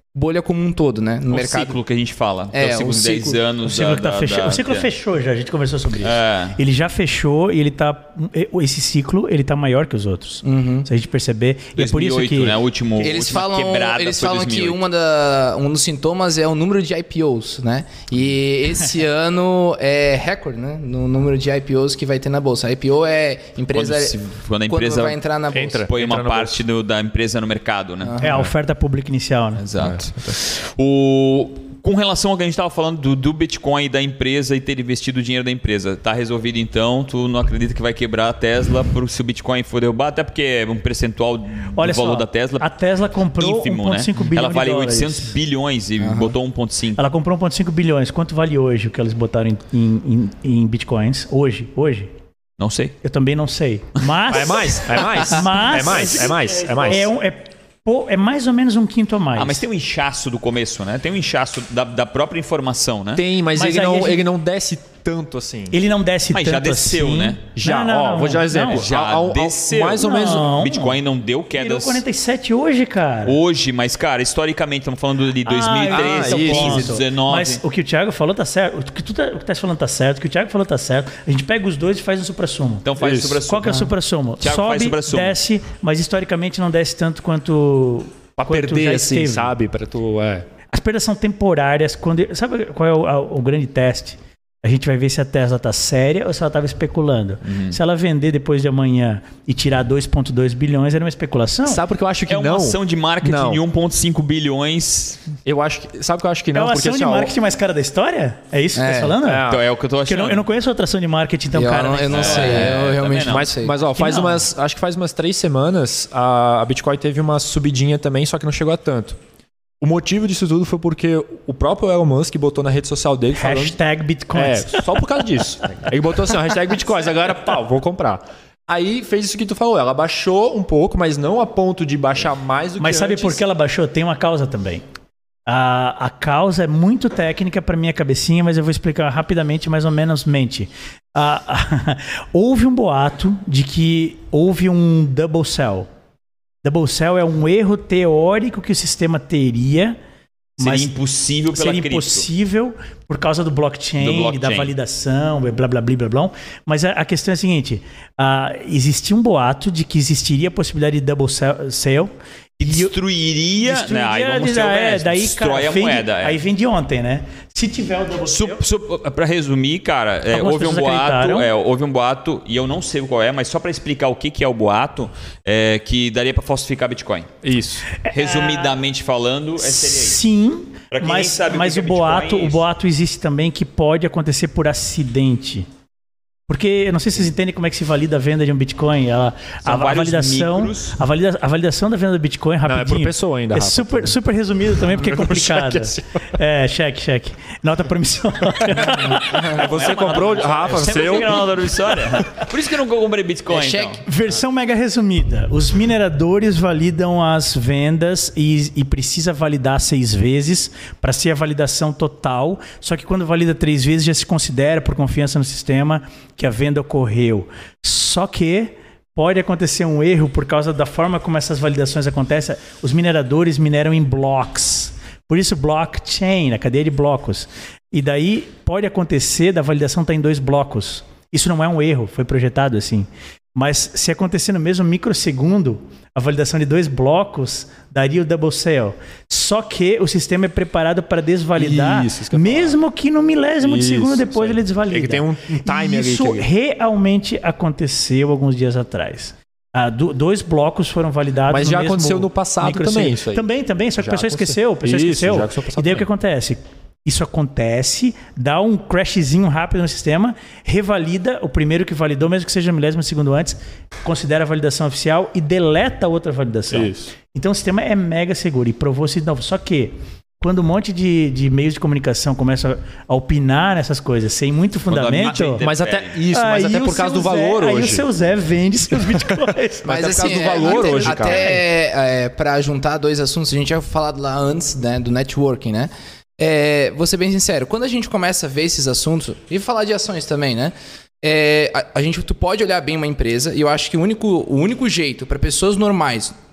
bolha como um todo, né? No o mercado. ciclo que a gente fala. É, que é o ciclo o de dez ciclo- anos. O ciclo, da- que tá da- fecha- da- o ciclo é. fechou já, a gente conversou sobre isso. É. Ele já fechou e ele tá. Esse ciclo ele tá maior que os outros. Se a gente perceber. E é por isso dois mil e oito, que. né? O último, Eles última falam, quebrada eles foi falam dois mil e que oito. uma da, um dos sintomas é o número de I P Os, né? E esse ano é recorde, né? No número de I P Os que vai ter na bolsa. I P O é empresa Quando se- quando a empresa vai entrar na bolsa. entra. Põe uma na parte do- da empresa no mercado, né? É a oferta pública inicial, né? Exato. O, com relação ao que a gente estava falando do, do Bitcoin e da empresa e ter investido o dinheiro da empresa, tá resolvido então? Tu não acredita que vai quebrar a Tesla por, se o Bitcoin for derrubar? Até porque é um percentual do Olha valor só, da Tesla a Tesla comprou ínfimo, um vírgula né? cinco bilhão Ela vale de dólares. oitocentos bilhões e botou um vírgula cinco. Ela comprou um vírgula cinco bilhões. Quanto vale hoje o que eles botaram em, em, em, em bitcoins? Hoje? Hoje? Não sei. Eu também não sei. Mas. É mais? É mais? Mas- É mais? É mais? É mais? É, um- é, pô, é mais ou menos um quinto a mais. Ah, mas tem um inchaço do começo, né? Tem um inchaço da, da própria informação, né? Tem, mas, Mas ele, aí não, a gente- ele não desce tanto assim. Ele não desce Mas tanto já desceu, assim. né? Já, Não, não, ó, não, vou te dar um exemplo. não. Já Ao- ao- ao- desceu. Mais ou menos. Não. Bitcoin não deu Virou quedas quarenta e sete hoje, cara. hoje, mas, cara, historicamente, estamos falando de dois mil e treze, Ah, isso. quinze, ponto. dezenove. Mas o que o Thiago falou tá certo. O que tu tá, o que tá falando tá certo. O que o Thiago falou tá certo. A gente pega os dois e faz um supra-sumo. Então faz Isso. o supra-sumo. Qual que é o supra-sumo? Thiago faz Sobe, supra-sumo. desce, mas historicamente não desce tanto quanto... Pra quanto perder, já assim, esteve. sabe? Pra tu. É. As perdas são temporárias. Quando, sabe qual é o, a- o grande teste? A gente vai ver se a Tesla está séria ou se ela estava especulando. Uhum. Se ela vender depois de amanhã e tirar dois vírgula dois bilhões, era uma especulação? Sabe porque eu acho que É uma não? ação de marketing Não. de um vírgula cinco bilhões. Eu acho que. Sabe o que eu acho que é não? uma Porque ação de assim, ó, marketing mais cara da história? É isso que você É. está falando? É. Então é o que eu tô Porque eu achando. não, eu não conheço outra ação de marketing tão eu, cara. não, da eu não história. sei, É, eu também realmente não. não Mas, sei. mas ó, faz não. umas. Acho que faz umas três semanas a, a Bitcoin teve uma subidinha também, só que não chegou a tanto. O motivo disso tudo foi porque o próprio Elon Musk botou na rede social dele falando. Hashtag É, Bitcoins. só por causa disso. Ele botou assim, ó, hashtag Bitcoins, agora, pau, vou comprar. Aí fez isso que tu falou, ela baixou um pouco, mas não a ponto de baixar mais do Mas que sabe antes. por que ela baixou? Tem uma causa também. A, a causa é muito técnica para minha cabecinha, mas eu vou explicar rapidamente, mais ou menos mente. A- a- houve um boato de que houve um double sell. Double sell é um erro teórico que o sistema teria, Seria mas impossível pela seria cripto. impossível por causa do blockchain, Do blockchain. da validação, blá blá blá blá blá. Mas a, a questão é a seguinte: ah, existia um boato de que existiria a possibilidade de double sell, sell E destruiria... destruiria, né? Aí vamos ser é, honestos, daí, destrói cara, a vende- moeda. é. Aí vem de ontem, né? Se tiver o double sell, Para resumir, cara, é, Algumas houve um pessoas boato, acreditaram. é, houve um boato e eu não sei qual é, mas só para explicar o que, que é o boato, é, que daria para falsificar Bitcoin. Isso. Resumidamente falando, é seria isso. sim, Pra quem mas, nem sabe o mas que o, que é Bitcoin, boato, é o isso. boato existe também que pode acontecer por acidente. Porque eu não sei se vocês entendem como é que se valida a venda de um Bitcoin. Ela, São a, a vários validação, micros. a, valida, a validação da venda do Bitcoin, rapidinho. é por pessoa ainda, É Rafa. super, super resumido também, porque é complicado. cheque, assim. É, cheque, cheque. Nota promissorária. Você comprou, Rafa, Sempre seu. fica na nota história. Por isso que eu não comprei Bitcoin, É cheque. então. Versão mega resumida. Os mineradores validam as vendas e, e precisa validar seis vezes para ser a validação total. Só que quando valida três vezes já se considera, por confiança no sistema, que a venda ocorreu. Só que pode acontecer um erro por causa da forma como essas validações acontecem. Os mineradores mineram em blocos. Por isso blockchain, na cadeia de blocos. E daí pode acontecer da validação estar em dois blocos. Isso não é um erro, foi projetado assim. Mas se acontecer no mesmo microsegundo, a validação de dois blocos daria o double sell. Só que o sistema é preparado para desvalidar, Isso, isso que eu ia mesmo que no milésimo de Isso, segundo isso depois aí. ele desvalida. É que tem um- um time ali Isso que ele- realmente aconteceu alguns dias atrás. Ah, do- dois blocos foram validados. Mas no já mesmo aconteceu no passado microsegundo. também, isso aí. Também, também, só que Já a pessoa aconteceu. esqueceu, a pessoa Isso, esqueceu. já aconteceu no E passado daí o que também. acontece? Isso acontece, dá um crashzinho rápido no sistema, revalida o primeiro que validou, mesmo que seja milésimo segundo antes, considera a validação oficial e deleta a outra validação. Isso. Então o sistema é mega seguro e provou-se de novo. Só que quando um monte de, de meios de comunicação começam a opinar nessas coisas sem muito Quando a fundamento... mídia Mas até isso, mas aí até o por causa seu do valor Zé, Aí o hoje. seu Zé vende seus bitcoins. Mas até por causa do é, valor até, hoje, cara. Até é, para juntar dois assuntos, a gente tinha falado lá antes, né, do networking, né? É, vou ser bem sincero, quando a gente começa a ver esses assuntos, e falar de ações também, né? É, a, a gente, tu pode olhar bem uma empresa, e eu acho que o único, o único jeito para pessoas normais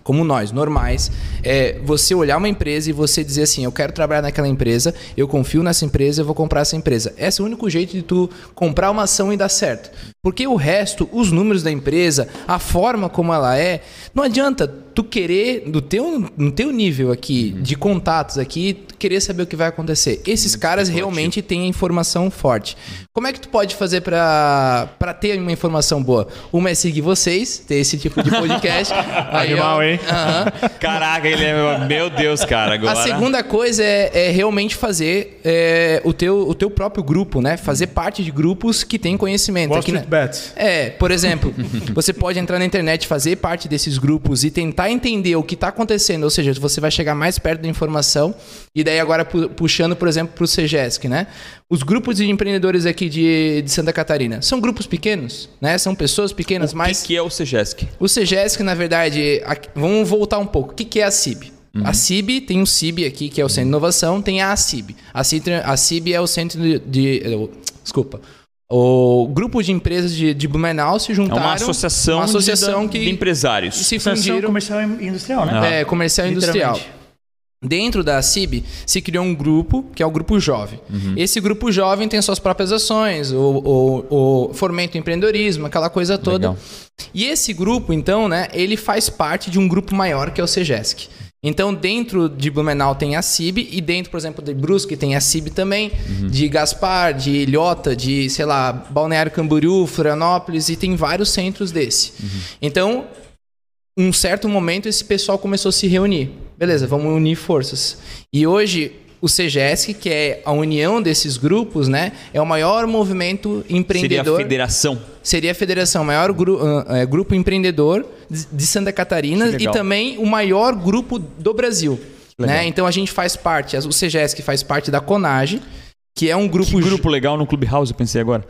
como nós, normais, é você olhar uma empresa e você dizer assim, eu quero trabalhar naquela empresa, eu confio nessa empresa, eu vou comprar essa empresa. Esse é o único jeito de tu comprar uma ação e dar certo. Porque o resto, os números da empresa, a forma como ela é, não adianta tu querer, no teu, no teu nível aqui, uhum. de contatos aqui, querer saber o que vai acontecer. Esses Muito caras forte. realmente têm a informação forte. Como é que tu pode fazer para ter uma informação boa? Uma é seguir vocês, ter esse tipo de podcast. Aí, Animal, hein? Uh-huh. Caraca, ele é... Meu Deus, cara. Agora... A segunda coisa é, é realmente fazer é, o, teu, o teu próprio grupo, né? Fazer parte de grupos que têm conhecimento. Wall Aqui, Street né? Bets. É, por exemplo, você pode entrar na internet, fazer parte desses grupos e tentar entender o que está acontecendo. Ou seja, você vai chegar mais perto da informação. E daí agora puxando, por exemplo, para o Segesc, né? Os grupos de empreendedores aqui de, de Santa Catarina são grupos pequenos, né? São pessoas pequenas, o mas... O que é o Segesc? O Segesc, na verdade... Aqui, vamos voltar um pouco. O que, que é a C I B? Uhum. A C I B, tem o C I B aqui, que é o Centro de Inovação, tem a C I B. A C I B é o Centro de... de desculpa. O grupo de empresas de, de Blumenau se juntaram... É uma associação, uma associação de, que de empresários. Se fundiram... comercial e industrial, né? É, comercial e industrial. Dentro da C I B se criou um grupo, que é o Grupo Jovem. Uhum. Esse Grupo Jovem tem suas próprias ações, o, o, o fomento ao empreendedorismo, aquela coisa toda. Legal. E esse grupo, então, né, ele faz parte de um grupo maior, que é o Segesc. Então, dentro de Blumenau tem a C I B e dentro, por exemplo, de Brusque tem a C I B também, uhum. de Gaspar, de Ilhota, de, sei lá, Balneário Camboriú, Florianópolis, e tem vários centros desse. Uhum. Então, um certo momento, esse pessoal começou a se reunir. Beleza, vamos unir forças. E hoje, o Segesc, que é a união desses grupos, né, é o maior movimento empreendedor. Seria a federação. Seria a federação, o maior gru, uh, grupo empreendedor de, de Santa Catarina e também o maior grupo do Brasil. Né? Então, a gente faz parte, o Segesc faz parte da CONAGE, que é um grupo... Que grupo legal no Clubhouse, eu pensei agora.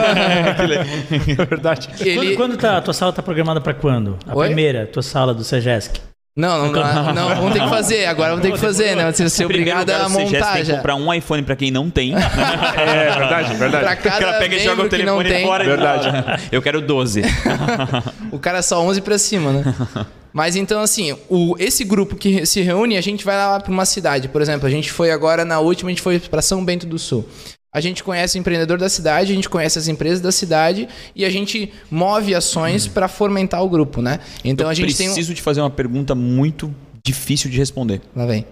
É verdade. Ele... Quando, quando tá, a tua sala está programada para quando? A Oi? primeira, tua sala do Segesc. Não, não, não, não, vamos ter que fazer. Agora vamos ter que fazer, né? Você ser obrigado a montar tem já. Que comprar um iPhone pra quem não tem. É verdade, verdade. Pra cada o cara pega e joga o telefone fora. Verdade. Eu quero doze. O cara só onze pra cima, né? Mas então, assim, o, esse grupo que se reúne, a gente vai lá pra uma cidade. Por exemplo, a gente foi agora, na última, a gente foi pra São Bento do Sul. A gente conhece o empreendedor da cidade, a gente conhece as empresas da cidade e a gente move ações para fomentar o grupo, né? Então eu a gente preciso tem um... te fazer uma pergunta muito difícil de responder. Lá vem.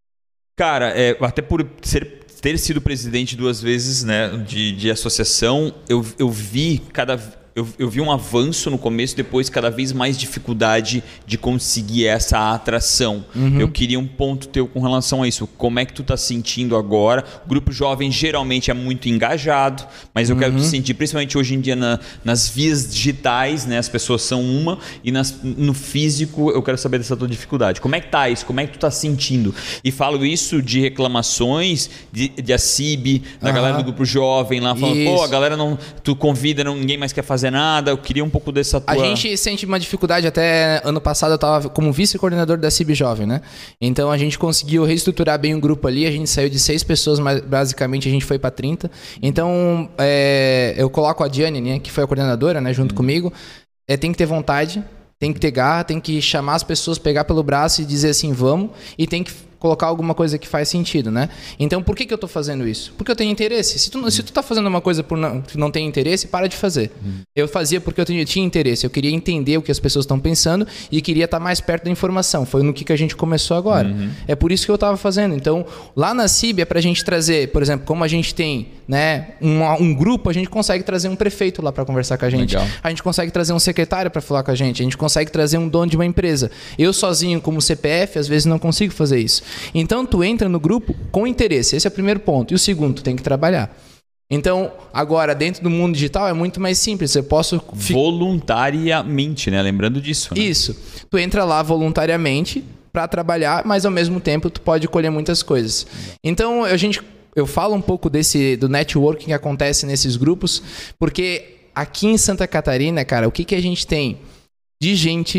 Cara, é, até por ser, ter sido presidente duas vezes, né, de, de associação, eu, eu vi cada eu, eu vi um avanço no começo, depois cada vez mais dificuldade de conseguir essa atração. Uhum. Eu queria um ponto teu com relação a isso. Como é que tu tá sentindo agora? O grupo jovem geralmente é muito engajado, mas eu uhum. quero sentir, principalmente hoje em dia na, nas vias digitais, né? As pessoas são uma, e nas, no físico eu quero saber dessa tua dificuldade. Como é que tá isso? Como é que tu tá sentindo? E falo isso de reclamações de, de a C I B, da uhum. galera do grupo jovem lá, falando, isso. pô, a galera não, tu convida, não, ninguém mais quer fazer nada. Eu queria um pouco dessa tua... A gente sente uma dificuldade. Até ano passado eu estava como vice-coordenador da C I B Jovem, né? Então a gente conseguiu reestruturar bem o grupo ali. A gente saiu de seis pessoas, mas basicamente a gente foi para trinta. Então é, eu coloco a Diane, né, que foi a coordenadora, né, junto hum. comigo. É, tem que ter vontade, tem que ter garra, tem que chamar as pessoas, pegar pelo braço e dizer assim, vamos. E tem que colocar alguma coisa que faz sentido, né? Então, por que, que eu tô fazendo isso? Porque eu tenho interesse. Se tu, uhum. se tu tá fazendo uma coisa por não, que não tem interesse, para de fazer. Uhum. Eu fazia porque eu tinha, tinha interesse. Eu queria entender o que as pessoas estão pensando e queria estar mais perto da informação. Foi no que, que a gente começou agora. Uhum. É por isso que eu tava fazendo. Então, lá na C I B é pra gente trazer, por exemplo, como a gente tem, né, um, um grupo, a gente consegue trazer um prefeito lá para conversar com a gente. Legal. A gente consegue trazer um secretário para falar com a gente. A gente consegue trazer um dono de uma empresa. Eu sozinho, como C P F, às vezes não consigo fazer isso. Então, tu entra no grupo com interesse. Esse é o primeiro ponto. E o segundo, tu tem que trabalhar. Então, agora, dentro do mundo digital, é muito mais simples. Eu posso... Voluntariamente, né? Lembrando disso. Né? Isso. Tu entra lá voluntariamente para trabalhar, mas ao mesmo tempo tu pode colher muitas coisas. Então, a gente, eu falo um pouco desse, do networking que acontece nesses grupos, porque aqui em Santa Catarina, cara, o que, que a gente tem de gente...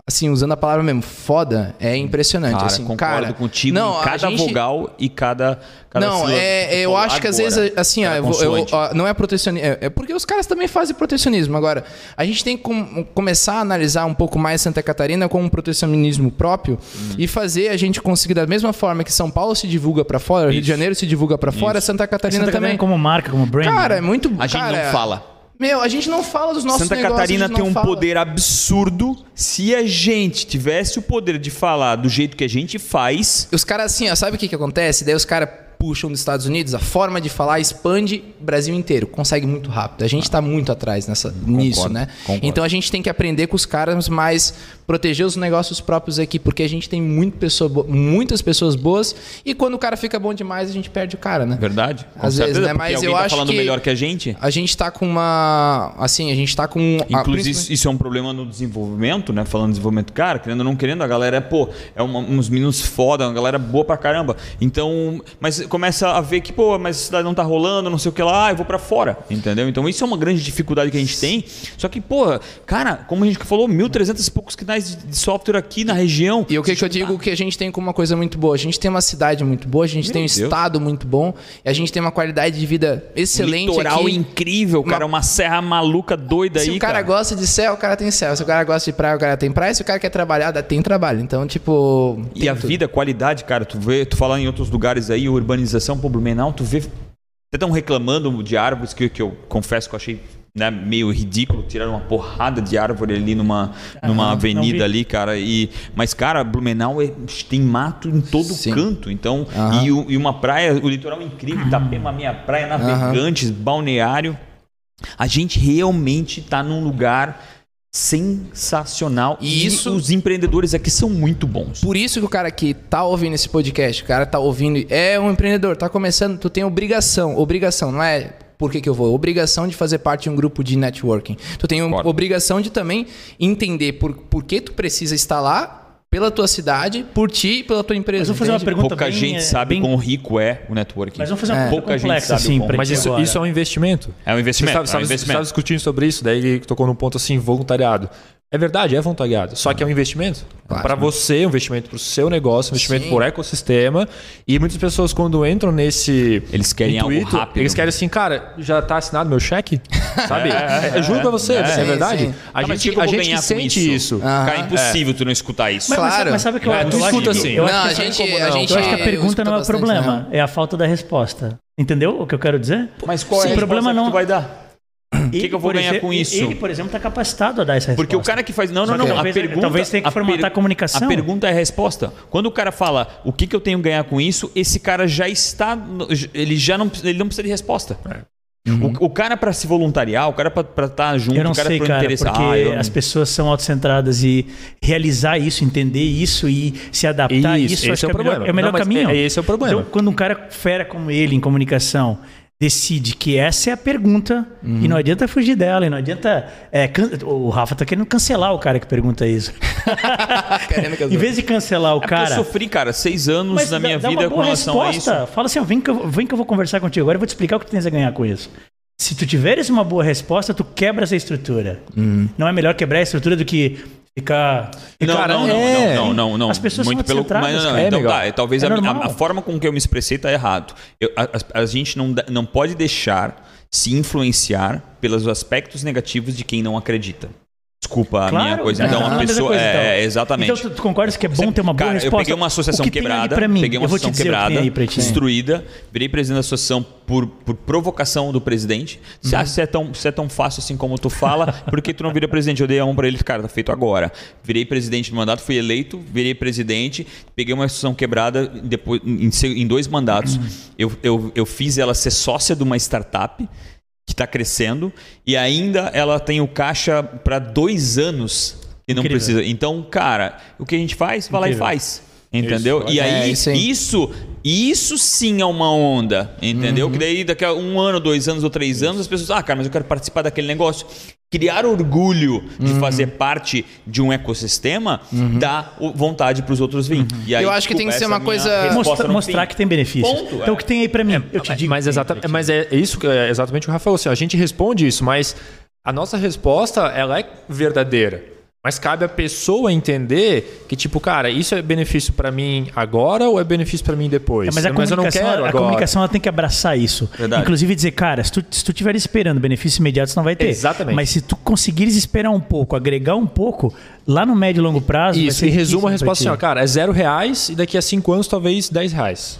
assim, usando a palavra mesmo, foda, é impressionante. Cara, assim, concordo cara, contigo não, em cada a gente, vogal e cada... cada não, sílaba é, que tu eu falou acho que às agora, vezes, assim, ó, cada eu vou- eu, consoante. ó, não é protecionismo, é, é porque os caras também fazem protecionismo. Agora, a gente tem que com- começar a analisar um pouco mais Santa Catarina como um protecionismo próprio Hum. e fazer a gente conseguir, da mesma forma que São Paulo se divulga pra fora, Rio de Isso. Janeiro se divulga pra fora, Santa Catarina Santa também. Catarina como marca, como brand. Cara, é muito... A gente cara, não fala. Meu, a gente não fala dos nossos Santa negócios, Catarina a gente tem não um fala. poder absurdo. Se a gente tivesse o poder de falar do jeito que a gente faz... Os caras assim, ó, sabe o que que acontece? Daí os caras puxam dos Estados Unidos, a forma de falar expande o Brasil inteiro, consegue muito rápido. A gente tá muito atrás nessa, nisso, né? concordo. Então a gente tem que aprender com os caras, mas proteger os negócios próprios aqui, porque a gente tem muito pessoa bo- muitas pessoas boas e quando o cara fica bom demais, a gente perde o cara, né? Verdade? Com Às certeza, vezes, né? porque Mas alguém eu tá acho falando que melhor que a gente. A gente tá com uma... Assim, a gente tá com... a- Inclusive, principalmente- isso é um problema no desenvolvimento, né? Falando de desenvolvimento, cara, querendo ou não querendo, a galera é, pô, é uma- uns meninos foda, uma galera boa pra caramba. Então, mas começa a ver que, pô, mas a cidade não tá rolando, não sei o que lá, ah, eu vou pra fora, entendeu? Então, isso é uma grande dificuldade que a gente tem. Só que, pô, cara, como a gente falou, mil e trezentos e poucos canais de- de software aqui na região. E o que, que eu digo que a gente tem como uma coisa muito boa? A gente tem uma cidade muito boa, a gente Meu tem um Deus. estado muito bom, e a gente tem uma qualidade de vida excelente Litoral aqui. incrível, cara, uma serra maluca doida Se aí, o cara, cara. gosta de céu, o cara tem céu. Se o cara gosta de praia, o cara tem praia. Se o cara quer trabalhar, dá- tem trabalho. Então, tipo... E tem a tudo. vida, a qualidade, cara, tu vê, tu fala em outros lugares aí, urbanização, pô, Blumenau, tu vê, até estão reclamando de árvores que, que eu confesso que eu achei, né, meio ridículo, tiraram uma porrada de árvore ali numa, numa não avenida vi. ali, cara, e, mas, cara, Blumenau é- tem mato em todo Sim. canto, então, Aham. e, o- e uma praia, o litoral incrível, Itapema, minha praia, Navegantes, Balneário, a gente realmente tá num lugar sensacional E e isso- os empreendedores aqui são muito bons. Por isso que o cara que tá ouvindo esse podcast, o cara tá ouvindo, é um empreendedor, tá começando, tu tem obrigação, obrigação, não é por que que eu vou, obrigação de fazer parte de um grupo de networking. Tu tem um- Concordo. obrigação de também entender por, por que tu precisa estar lá, pela tua cidade, por ti e pela tua empresa. Mas eu vou fazer uma entende? pergunta Pouca bem, gente é, sabe bem- quão rico é o networking. Mas vamos fazer uma É. pergunta Pouca gente complexa, sabe assim, como. pra Mas ti isso, agora. isso é um investimento. É um investimento, Você é um estava investimento. discutindo sobre isso, daí ele tocou num ponto assim, voluntariado. É verdade, é voluntariado. Só que é um investimento. Claro. Para você, um investimento para o seu negócio, um investimento Sim. por ecossistema. E muitas pessoas, quando entram nesse. Eles querem algo intuito, rápido. Eles querem assim, cara, já tá assinado meu cheque? Sabe? É, eu juro pra você, é, Sim, verdade. sim. A Ah, mas o que gente, que eu a vou gente ganhar que com sente isso. Ah. Cara, é impossível tu não escutar isso. Mas, mas, Claro. mas sabe o que eu, É, eu tu acho escuta que- assim. Eu acho Não, que a essa- gente, como a não? gente Eu acho que a pergunta escuta não é o bastante, problema, né? é a falta da resposta. Entendeu o que eu quero dizer? Mas qual Sim, é a o problema resposta não- que tu vai dar? O que, Ele, que eu vou por ganhar exemplo, com isso? Ele, por exemplo, está capacitado a dar essa resposta. Porque o cara que faz... Não, não, Só não. que A talvez- pergunta, talvez tenha que a formatar a comunicação. A pergunta é a resposta. Quando o cara fala o que, que eu tenho que ganhar com isso, esse cara já está... no- Ele já não, ele não precisa de resposta. O, o cara para se voluntariar, o cara para estar junto, Eu não o cara sei, para cara, interessar. porque Ah, eu não- as pessoas são autocentradas e realizar isso, entender isso e se adaptar a Isso, isso, esse acho é o que é, o melhor, problema. é o melhor Não, mas caminho. é- esse é o problema. Então, quando um cara fera como ele em comunicação decide que essa é a pergunta e não adianta fugir dela, e não adianta... é, can- o Rafa tá querendo cancelar o cara que pergunta isso. Querendo cancelar. Em vez de cancelar o É porque cara... eu sofri, cara, seis anos Mas da dá- minha dá uma vida com boa relação a resposta. isso. Fala assim, ó, vem que, eu, vem que eu vou conversar contigo agora, eu vou te explicar o que tu tens a ganhar com isso. Se tu tiveres uma boa resposta, tu quebra essa estrutura. Não é melhor quebrar a estrutura do que ficar... Não, Cara, não, não, é- não, não, não, não. As pessoas Muito são pelo autocentradas, mas não, não, cara. então É, tá, legal. talvez É a, normal. a, a forma com que eu me expressei tá errado. Eu, a, a- a gente não, dá- não pode deixar se influenciar pelos aspectos negativos de quem não acredita. Desculpa a Claro, minha coisa. é, Então, não, a a mesma pessoa. coisa, é, então. exatamente. Então, tu, tu concordas que é bom ter uma boa Cara, resposta? eu peguei uma associação O que tem ali quebrada, pra mim? peguei uma Eu vou te associação dizer o que tem quebrada, aí pra ti. destruída, virei presidente da associação por, por provocação do presidente. Se, Uhum. ah, se, é tão, se é tão fácil assim como tu fala, por que tu não vira presidente? Eu dei a um pra ele, cara, tá feito agora. Virei presidente do mandato, fui eleito, virei presidente, peguei uma associação quebrada depois, em, em dois mandatos. Uhum. Eu, eu, eu fiz ela ser sócia de uma startup que está crescendo e ainda ela tem o caixa para dois anos e não Incrível. precisa. Então, cara, o que a gente faz? Vai lá e Incrível. faz. Entendeu? Isso, e é, aí, isso aí. isso, isso sim é uma onda. Entendeu? Uhum. Que daí, daqui a um ano, dois anos ou três anos, as pessoas, ah, cara, mas eu quero participar daquele negócio. Criar orgulho de Uhum. fazer parte de um ecossistema dá o- vontade para os outros virem. E aí, Eu acho que tem que ser essa uma minha coisa- resposta Mostra- no mostrar fim. que tem benefícios. Ponto, então, é. o que tem aí pra mim? Eu te digo. Mas, que tem exata, pra ti. mas é isso que é exatamente o que o Rafa falou. Assim, a gente responde isso, mas a nossa resposta ela é verdadeira. Mas cabe a pessoa entender que, tipo, cara, isso é benefício para mim agora ou é benefício para mim depois? É, mas a mas eu não comunicação, quero a agora. comunicação ela tem que abraçar isso. Verdade. Inclusive dizer, cara, se tu, se tu estiver esperando benefícios imediatos, não vai ter. Exatamente. Mas se tu conseguires esperar um pouco, agregar um pouco, lá no médio e longo prazo... vai Isso, ser em resumo, a riquíssimo resposta é pra assim, ti. ó, cara, é zero reais e daqui a cinco anos talvez dez reais.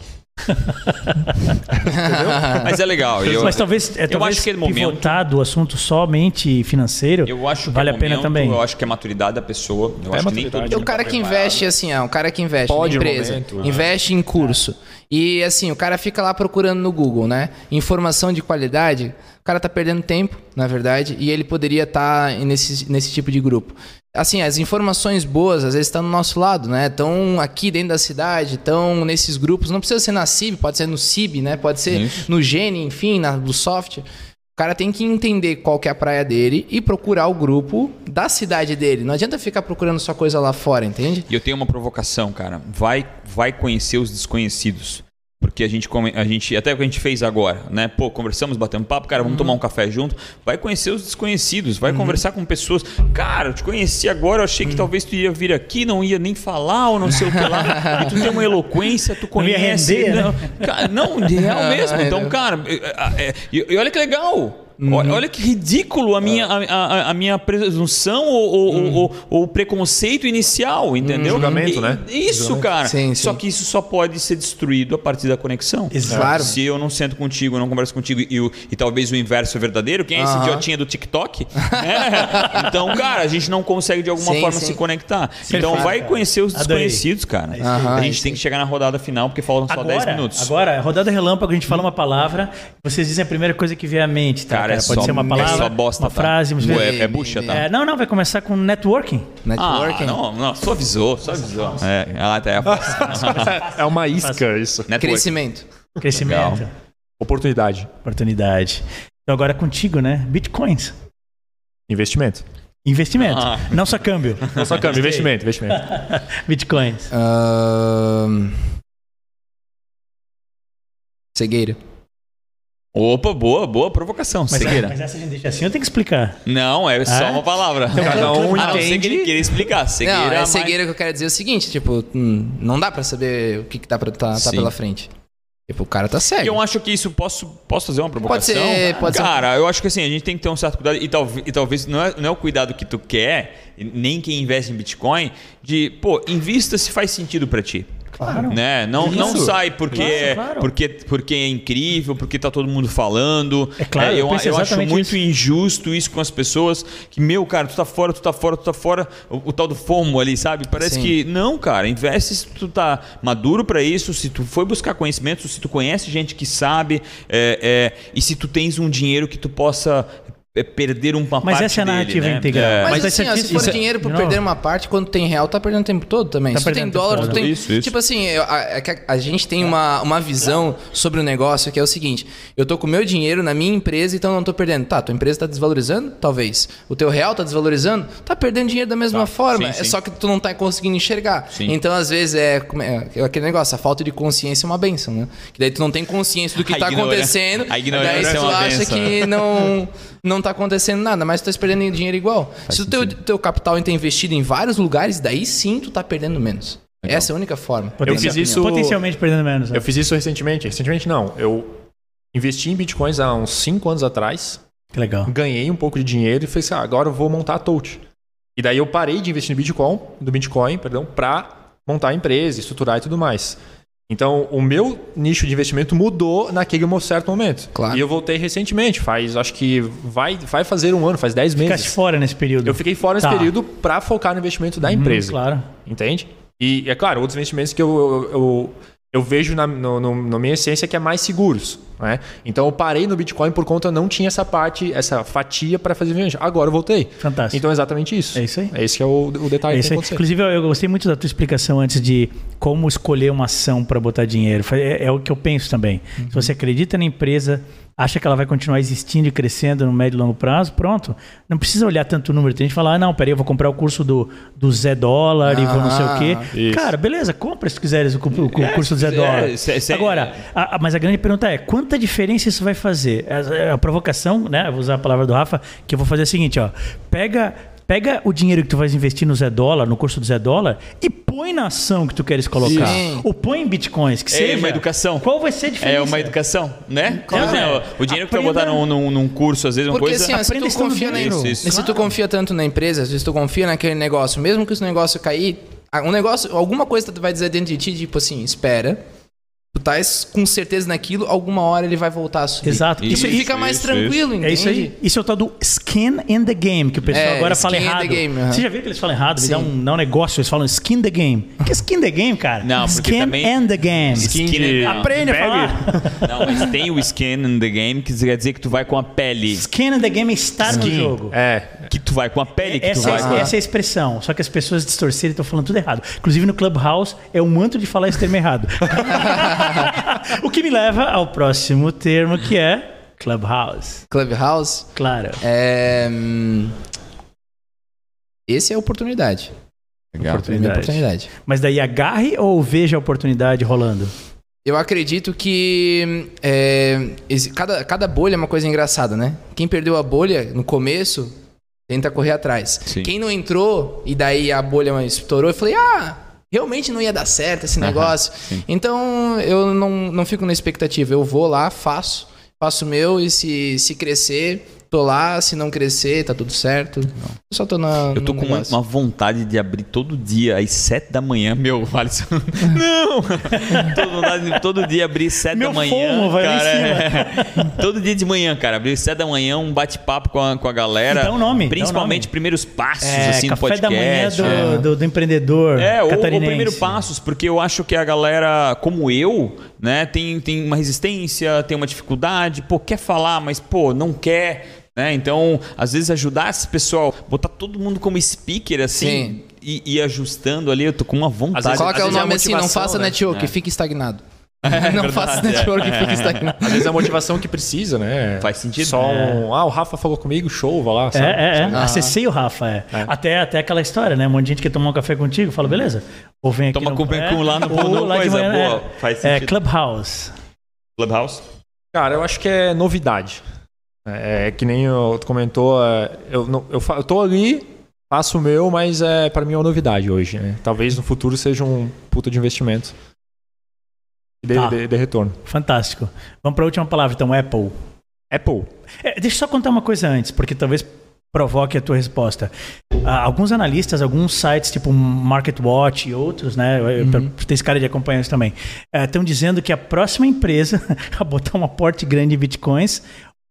Mas é legal. Eu, Mas talvez, é, eu talvez acho que é momento. pivotar do assunto somente financeiro Eu acho que vale é a pena momento, também. Eu acho que é a maturidade da pessoa. Eu É acho que nem maturidade. todo O mundo cara tá que preparado. investe, assim, ó, o cara que investe Pode na no empresa, momento. investe em curso. E assim, o cara fica lá procurando no Google, né? Informação de qualidade, o cara tá perdendo tempo, na verdade, e ele poderia estar nesse, nesse tipo de grupo. Assim, as informações boas, às vezes, estão no nosso lado, né? Estão aqui dentro da cidade, estão nesses grupos. Não precisa ser na C I B, pode ser no C I B, né? Pode ser Isso. no Gene, enfim, na, do software. O cara tem que entender qual que é a praia dele e procurar o grupo da cidade dele. Não adianta ficar procurando só coisa lá fora, entende? E eu tenho uma provocação, cara. Vai, vai conhecer os desconhecidos. Porque a gente, come- a gente, até o que a gente fez agora, né? Pô, conversamos, batemos papo, cara, vamos tomar um café junto. Vai conhecer os desconhecidos, vai conversar com pessoas. Cara, eu te conheci agora, eu achei que talvez tu ia vir aqui, não ia nem falar ou não sei o que lá. E tu tem uma eloquência, tu Não ia conhece. render, né? não, cara, não, de real mesmo. Então, cara, é- é- e e olha que legal. Olha, olha que ridículo a minha, a, a- a minha presunção ou, ou- ou- ou- ou preconceito inicial, entendeu? Julgamento, E- né? Isso, Julgamento. cara. Sim, Só sim. que isso só pode ser destruído a partir da conexão. Exato. Claro. Se eu não sento contigo, eu não converso contigo e, o- e talvez o inverso é verdadeiro, quem é esse Aham. idiotinha do TikTok? É. Então, cara, a gente não consegue de alguma Sim, forma sim. se conectar. então, Perfeito, vai cara. conhecer os Adorei. desconhecidos, cara. Aham, a gente isso tem que chegar na rodada final porque faltam só dez minutos. Agora, rodada relâmpago, a gente fala uma palavra, vocês dizem a primeira coisa que vier à mente, tá? Cara, é Pode só- ser uma é palavra, só bosta, uma tá? frase, uma É, é bucha, tá? É, não, não, vai começar com networking. Networking. Ah, não, não, só avisou, só avisou. É, ela até É uma isca isso. Network. Crescimento. Crescimento, Legal. Oportunidade. oportunidade. Então agora é contigo, né? Bitcoins. Investimento. Investimento. Ah. Não só câmbio. Não só câmbio, investimento, investimento. Bitcoins. Ahn, Cegueira. Opa, boa, boa provocação. Mas, Cegueira. mas essa a gente deixa assim, eu tenho que explicar. Não, é só Ah? uma palavra. cada um a não ser que entende. ele queira explicar. Cegueira, Não, é mais- cegueira que eu quero dizer é o seguinte, tipo, hum, não dá pra saber o que, que tá, pra, tá, tá Sim. pela frente. Tipo, o cara tá E cego. eu acho que isso posso, posso fazer uma provocação? Pode ser, pode ser. Cara, eu acho que assim, a gente tem que ter um certo cuidado e, talvez, e talvez não é, não é o cuidado que tu quer, e nem quem investe em Bitcoin, de, pô, invista se faz sentido pra ti. Claro. Né? Não, não Isso. sai porque, Claro, é, claro. Porque, porque é incrível, porque tá todo mundo falando. É claro, eu eu, penso eu acho exatamente muito isso. injusto isso com as pessoas que, meu, cara, tu tá fora, tu tá fora, tu tá fora, o, o tal do FOMO ali, sabe? Parece Sim. que, não, cara, investe se tu tá maduro pra isso, se tu foi buscar conhecimento, se tu conhece gente que sabe, é, é, e se tu tens um dinheiro que tu possa é, perder uma Mas parte essa é a dele, narrativa né? integral. É. Mas, Mas assim, essa- ó, se for isso é- dinheiro por não. perder uma parte, quando tem real, tá perdendo o tempo todo também. Tá se tu tem perdendo o tempo dólar, tu todo. tem... Isso, isso. Tipo assim, eu- a, a- a gente tem uma, uma visão sobre o negócio que é o seguinte, eu tô com o meu dinheiro na minha empresa, então eu não tô perdendo. Tá, tua empresa tá desvalorizando? Talvez. O teu real tá desvalorizando? Tá perdendo dinheiro da mesma forma. sim, É sim. só que tu não tá conseguindo enxergar. Sim. Então, às vezes, é, como é é aquele negócio, a falta de consciência é uma benção, né? Que daí tu não tem consciência do que A tá ignorância- acontecendo, a ignorância daí é tu uma acha benção. que não, não tá acontecendo nada, mas tu tá perdendo dinheiro igual. Se o teu, teu capital está investido em vários lugares, daí sim tu tá perdendo menos. Essa é a única forma. Eu fiz isso- Potencialmente perdendo menos. né? Eu fiz isso recentemente. Recentemente não. Eu investi em bitcoins há uns cinco anos atrás. Que legal. Ganhei um pouco de dinheiro e falei assim, ah, agora eu vou montar a Touch. E daí eu parei de investir no Bitcoin, do Bitcoin, perdão, para montar a empresa, estruturar e tudo mais. Então, o meu nicho de investimento mudou naquele certo momento. Claro. E eu voltei recentemente, faz, acho que vai, vai fazer um ano, faz dez meses. Ficaste fora nesse período. Eu fiquei fora nesse Tá. período para focar no investimento da Hum, empresa. claro. Entende? E, é claro, outros investimentos que eu, eu, eu, eu vejo na, no, no, na minha essência que é mais seguros. Né? Então eu parei no Bitcoin por conta eu não tinha essa parte, essa fatia para fazer investimento. Agora eu voltei. Fantástico. Então é exatamente isso. É isso aí. É esse que é o, o detalhe É que isso tem aí. que acontecer. Inclusive, eu, eu gostei muito da tua explicação antes de como escolher uma ação para botar dinheiro. É, é o que eu penso também. Uhum. Se você acredita na empresa, acha que ela vai continuar existindo e crescendo no médio e longo prazo, pronto. Não precisa olhar tanto o número. Tem gente que fala, ah, não, peraí, eu vou comprar o curso do, do Zé Dólar e vou não sei o quê. isso. Cara, beleza, compra se tu quiseres o, cu- o cu- É, curso do Zé é, Dólar. cê- cê- Agora, a- a- mas a grande pergunta é, quanta diferença isso vai fazer? A, a provocação, né? Eu vou usar a palavra do Rafa, que eu vou fazer é a seguinte, ó. Pega... Pega Pega o dinheiro que tu vai investir no Zé Dólar, no curso do Zé Dólar, e põe na ação que tu queres colocar. Sim. Ou põe em bitcoins, que É seja. uma educação. Qual vai ser a diferença? É uma educação, né? Claro. Por exemplo, o dinheiro que tu vai botar Aprenda- num, num, num curso, às vezes, uma Porque coisa... assim, ó, se aprenda tu estando confia na dentro. Isso, isso. se tu confia tanto na empresa, se tu confia naquele negócio, mesmo que esse negócio cair, um negócio, alguma coisa tu vai dizer dentro de ti, tipo assim, espera. Tu tá com certeza naquilo, alguma hora ele vai voltar a subir. Exato. Isso, Isso, Tu isso, fica mais isso, tranquilo, é entende? isso aí. Isso é o tal do skin in the game, que o pessoal É, agora fala skin in the errado. game, aham. Você já viu que eles falam errado? Me dá Sim. um, dá um negócio, eles falam skin the game. O que é skin the game, cara? Não, porque skin também- in the game. Skin de- não. Aprende a Bag? falar. Não, mas tem o skin in the game, que quer dizer que tu vai com a pele. Skin in the game é estar no jogo. É. Que tu vai com a pele que tu Essa, vai é, com... essa é a expressão. Só que as pessoas distorceram e estão falando tudo errado. Inclusive no Clubhouse é um manto de falar esse termo errado. O que me leva ao próximo termo, que é Clubhouse. Clubhouse, Claro. é... hum, esse é a oportunidade. Legal. É a minha oportunidade. Mas daí agarre ou veja a oportunidade rolando? Eu acredito que é, esse- cada, cada bolha é uma coisa engraçada, né? Quem perdeu a bolha no começo, tenta correr atrás. Sim. Quem não entrou e daí a bolha estourou, eu falei, ah, realmente não ia dar certo esse negócio. sim. Então eu não, não fico na expectativa. Eu vou lá, faço, faço o meu e se, se crescer, tô lá. Se não crescer, tá tudo certo. Eu só tô na. Eu tô no com uma, negócio. uma vontade de abrir todo dia às sete da manhã, meu, Alisson. Não! Tô com vontade de todo dia abrir sete Meu da manhã. fomo vai lá em cara. É. Todo dia de manhã, cara. Abrir sete da manhã, um bate-papo com a, com a galera. Dá um nome, dá um Principalmente nome. primeiros passos, É, assim, no café podcast. da manhã do, é. do, do empreendedor É, ou, ou catarinense. primeiro passos, porque eu acho que a galera, como eu, né, tem, tem uma resistência, tem uma dificuldade, pô, quer falar, mas, pô, não quer, né? Então, às vezes, ajudar esse pessoal, botar todo mundo como speaker, assim, Sim. e ir ajustando ali, eu tô com uma vontade. Às vezes- Coloca às o vezes é a nome assim, não motivação, faça né? network, É. fica estagnado. É não verdade, faça é. network, fica estagnado. Às vezes é a motivação que precisa, né? Faz sentido. Só um, ah, o Rafa falou comigo, show, vai lá. sabe? É, é, é. Ah. Acessei o Rafa, é. Até, até aquela história, né? Um monte de gente quer tomar um café contigo, fala, beleza. Ou vem aqui Toma no, com- com lá no- ou no lá de coisa manhã, boa, é. faz É, sentido. Clubhouse. Clubhouse? Cara, eu acho que é novidade. É, é que nem o- tu comentou, é, eu, não, eu, fa- eu tô ali, faço o meu, mas é, para mim é uma novidade hoje. Né? Talvez no futuro seja um puta de investimento. E dê, Tá. dê- dê retorno. Fantástico. Vamos para a última palavra, então, Apple. Apple. É, deixa eu só contar uma coisa antes, porque talvez provoque a tua resposta. Ah, alguns analistas, alguns sites tipo MarketWatch e outros, né? eu- eu- Tem esse cara de acompanhar isso também. Estão dizendo que a próxima empresa a botar um aporte grande em bitcoins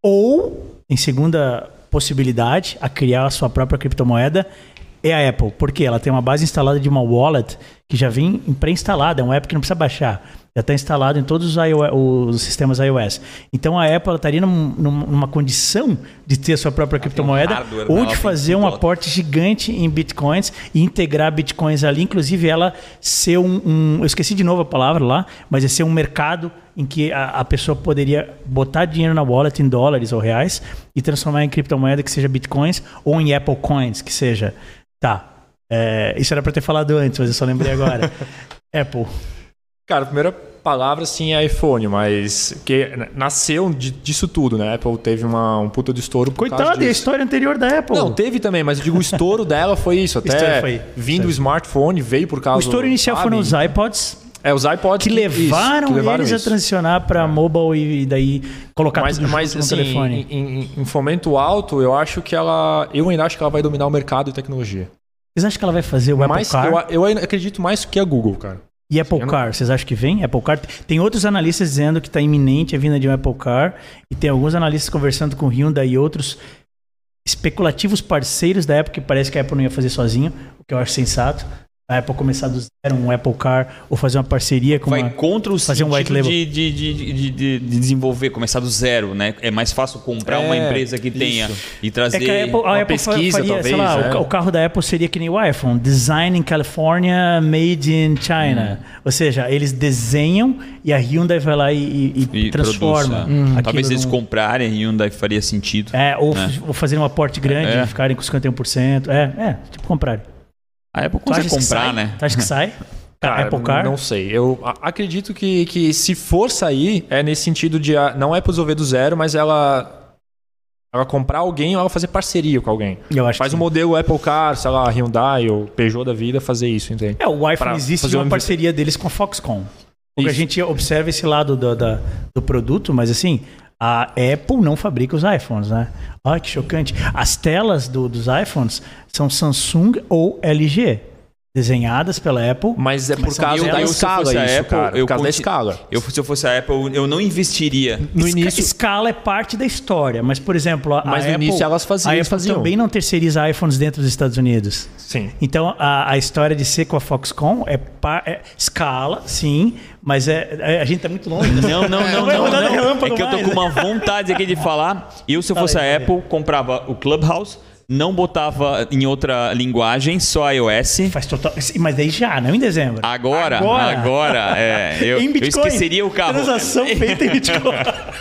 ou, em segunda possibilidade, a criar a sua própria criptomoeda é a Apple. Por quê? Ela tem uma base instalada de uma wallet que já vem pré-instalada, é um app que não precisa baixar. Já está instalado em todos os, iOS, os sistemas iOS. Então a Apple ela estaria num- num- numa condição de ter a sua própria criptomoeda hardware, ou né? de Ela tem fazer tudo, um ela- aporte gigante em bitcoins e integrar bitcoins ali, inclusive ela ser um, um- eu esqueci de novo a palavra lá, mas é ser um mercado em que a, a pessoa poderia botar dinheiro na wallet em dólares ou reais e transformar em criptomoeda que seja bitcoins ou em Apple Coins, que seja. Tá. É, isso era para ter falado antes, mas eu só lembrei agora. Apple. Cara, a primeira palavra sim é iPhone, mas que nasceu de- disso tudo, né? A Apple teve uma, um puta de estouro por causa Coitado, e a disso. história anterior da Apple. Não, teve também, mas eu digo o estouro dela foi isso. Estouro Até foi- vindo foi. o smartphone, veio por causa O estouro inicial sabe? foi nos iPods, É, os iPods que levaram, isso, que levaram eles isso. a transicionar para mobile e daí colocar Mas, tudo mas junto no assim, telefone. em, em- em fomento alto, eu acho que ela. Eu ainda acho que ela vai dominar o mercado de tecnologia. Vocês acham que ela vai fazer o Mas Apple Car? eu, eu ainda acredito mais que a Google, cara. E Apple eu não- Car, vocês acham que vem? Apple Car. Tem outros analistas dizendo que está iminente a vinda de um Apple Car. E tem alguns analistas conversando com o Hyundai e outros especulativos parceiros da Apple, que parece que a Apple não ia fazer sozinho, o que eu acho sensato. A Apple começar do zero, um Apple Car, ou fazer uma parceria com Vai uma... contra o fazer um sentido white label. de, de, de, de, de- de desenvolver, começar do zero, né? É mais fácil comprar É, uma empresa que isso. tenha e É trazer... que a Apple, a uma Apple fa- pesquisa, faria, sei talvez, lá, é. o, o carro da Apple seria que nem o iPhone, Design in California, Made in China. Hum. Ou seja, eles desenham e a Hyundai vai lá e, e- e e transforma. produz, é. aquilo Talvez eles num- comprarem e Hyundai faria sentido. É, ou, É. ou fazer um aporte grande É. e ficarem com cinquenta e um por cento. É, é, tipo comprar. A Apple Tu acha consegue que comprar, sai? né? Tu acha que sai? Cara, Apple Car? Não sei. Eu a- acredito que, que se for sair, é nesse sentido de a- não é para desenvolver do zero, mas ela Ela comprar alguém ou ela fazer parceria com alguém. Eu acho Faz que um modelo Apple Car, sei lá, Hyundai ou Peugeot da vida, fazer isso, entende? É, o iPhone Pra existe fazer de uma uma parceria deles com a Foxconn. Porque a Isso. gente observa esse lado do, da, do produto, mas assim, a Apple não fabrica os iPhones, né? Ai, que chocante. As telas do, dos iPhones são Samsung ou L G. Desenhadas pela Apple. Mas é por são causa da telas- se eu escala fosse a isso, Apple, cara. eu Por causa da conti- escala. Eu, se eu fosse a Apple, eu não investiria. No Esca- início... Escala é parte da história, mas, por exemplo, a, Mas a no Apple, início elas faziam, a eles Apple faziam. também não terceiriza iPhones dentro dos Estados Unidos. Sim. Então, a, a história de ser com a Foxconn é, pa- é escala, sim, mas é, é- a gente tá muito longe. né? Não, não, não, Vai não, rodar de não. relâmpago É que eu tô mais, com uma vontade aqui de falar. Eu, se eu fosse Fala aí, a fala Apple, comprava o Clubhouse, não botava em outra linguagem, só iOS. Faz total. Mas daí já, não em dezembro. Agora, agora, é. Eu, em eu Bitcoin. esqueceria o carro. Transação feita em Bitcoin.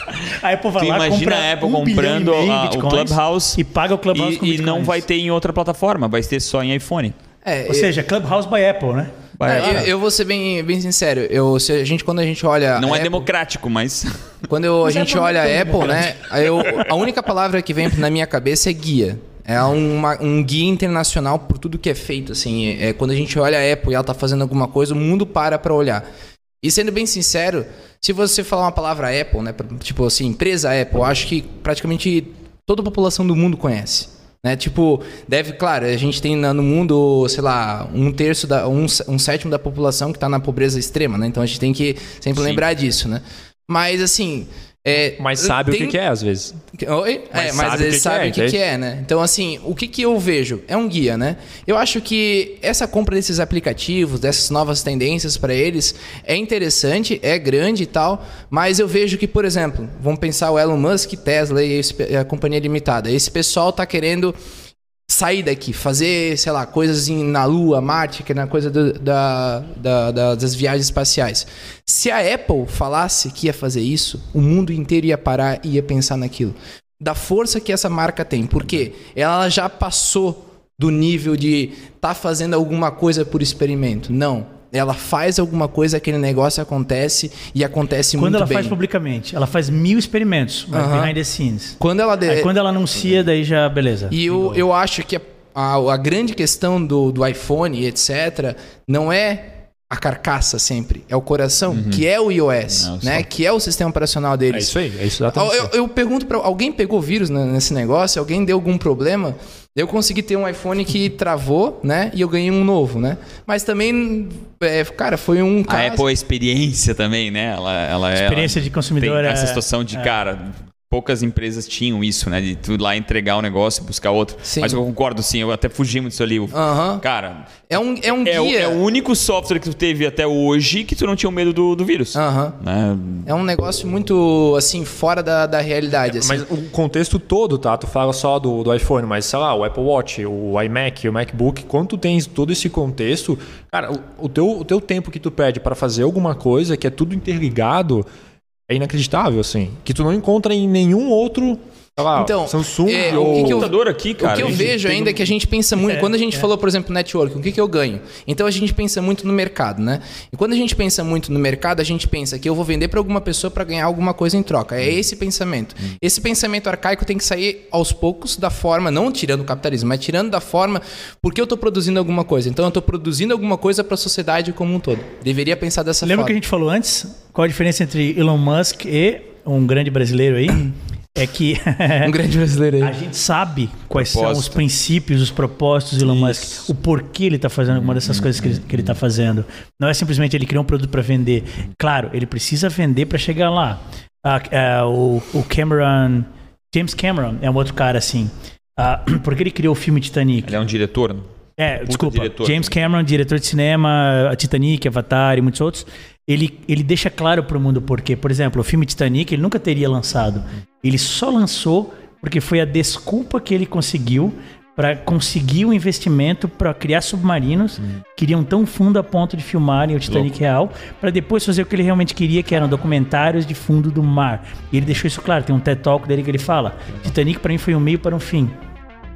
A Apple vai Tu lá, imagina compra a Apple um bilhão comprando e meio em a- o Bitcoins Clubhouse e paga o Clubhouse com E, e Bitcoins. não vai ter em outra plataforma, vai ter só em iPhone. É, Ou seja, Clubhouse by Apple, né? Vai- É, eu, eu vou ser bem, bem sincero. Eu, se a gente, quando a gente olha. Não a é Apple- democrático, mas. Quando eu- a Mas gente Apple olha não é a tão Apple, né? aí eu- a única palavra que vem na minha cabeça é guia. É uma- um guia internacional por tudo que é feito. Assim, é, quando a gente olha a Apple e ela tá fazendo alguma coisa, o mundo para para olhar. E sendo bem sincero, se você falar uma palavra Apple, né? Tipo assim, empresa Apple, eu acho que praticamente toda a população do mundo conhece. Né? Tipo, deve, claro, a gente tem no mundo, sei lá, um terço, da, um, um sétimo da população que está na pobreza extrema, né? Então a gente tem que sempre Sim. lembrar disso, né? Mas assim. É, Mas sabe tem- o que, que é, às vezes. Oi? Mas é, mas sabe o ele que que sabe é, o que, entende? que é, né? Então, assim, o que, que eu vejo? É um guia, né? Eu acho que essa compra desses aplicativos, dessas novas tendências para eles, é interessante, é grande e tal, mas eu vejo que, por exemplo, vamos pensar o Elon Musk, Tesla e esse- a companhia limitada. Esse pessoal tá querendo sair daqui, fazer, sei lá, coisas em- na Lua, Marte, que é na coisa do- da, da- da- das viagens espaciais. Se a Apple falasse que ia fazer isso, o mundo inteiro ia parar e ia pensar naquilo. Da força que essa marca tem. Por quê? Ela já passou do nível de tá fazendo alguma coisa por experimento. Não. Ela faz alguma coisa, aquele negócio acontece e acontece Quando muito ela bem. faz publicamente, ela faz mil experimentos, mas Aham. behind the scenes. Quando ela... de- Aí quando ela anuncia, daí já, beleza. E eu, eu acho que a, a, a grande questão do, do iPhone e etcétera não é a carcaça sempre, é o coração, que é o iOS, Não, né? só- Que é o sistema operacional deles. É isso aí, é isso exatamente. Eu, eu, eu pergunto para alguém pegou vírus na- nesse negócio, alguém deu algum problema? Eu consegui ter um iPhone que travou, né? E eu ganhei um novo, né? Mas também, é, cara, foi um A caso... Apple é experiência também, né? Ela, ela é. Experiência ela de consumidor tem essa é- situação de, é. cara, poucas empresas tinham isso, né? De tu ir lá entregar um negócio e buscar outro. Sim. Mas eu concordo, sim, eu até fugi muito disso ali. O- Aham. Cara, É um, é um é, o- guia. é o único software que tu teve até hoje que tu não tinha o medo do, do vírus. Aham. Né? É um negócio muito, assim, fora da, da realidade, assim. Mas o contexto todo, tá? Tu fala só do, do iPhone, mas sei lá, o Apple Watch, o iMac, o MacBook, quando tu tens todo esse contexto, cara, o, o, teu, o teu tempo que tu perde para fazer alguma coisa que é tudo interligado é inacreditável, assim. Que tu não encontra em nenhum outro, sei lá, Então, Samsung é, o ou... que que eu- computador aqui, cara. O que eu a gente vejo tem ainda um- é que a gente pensa muito. Quando a gente falou, por exemplo, network, o que, que eu ganho? Então a gente pensa muito no mercado, né? E quando a gente pensa muito no mercado, a gente pensa que eu vou vender para alguma pessoa para ganhar alguma coisa em troca. É esse pensamento. Esse pensamento arcaico tem que sair aos poucos da forma, não tirando o capitalismo, mas tirando da forma porque eu estou produzindo alguma coisa. Então eu estou produzindo alguma coisa para a sociedade como um todo. Deveria pensar dessa Lembra forma. que a gente falou antes? Qual a diferença entre Elon Musk e um grande brasileiro aí? É que Um grande brasileiro a aí. gente sabe quais são os Propósito. princípios, os propósitos do Elon Musk, o porquê ele está fazendo alguma dessas coisas que ele, que ele está fazendo. Não é simplesmente ele criar um produto para vender. Claro, ele precisa vender para chegar lá. Ah, ah, o, o Cameron, James Cameron é um outro cara assim. Ah, porque ele criou o filme Titanic. Ele é um diretor, né? É, Puta desculpa. diretor. James Cameron, diretor de cinema, a Titanic, Avatar e muitos outros. Ele, ele deixa claro para o mundo por quê. Por exemplo, o filme Titanic ele nunca teria lançado. Ele só lançou porque foi a desculpa que ele conseguiu para conseguir o investimento para criar submarinos que iriam tão fundo a ponto de filmarem o Titanic Louco. real, para depois fazer o que ele realmente queria, que eram documentários de fundo do mar. E ele deixou isso claro. Tem um TED Talk dele que ele fala: Titanic para mim foi um meio para um fim.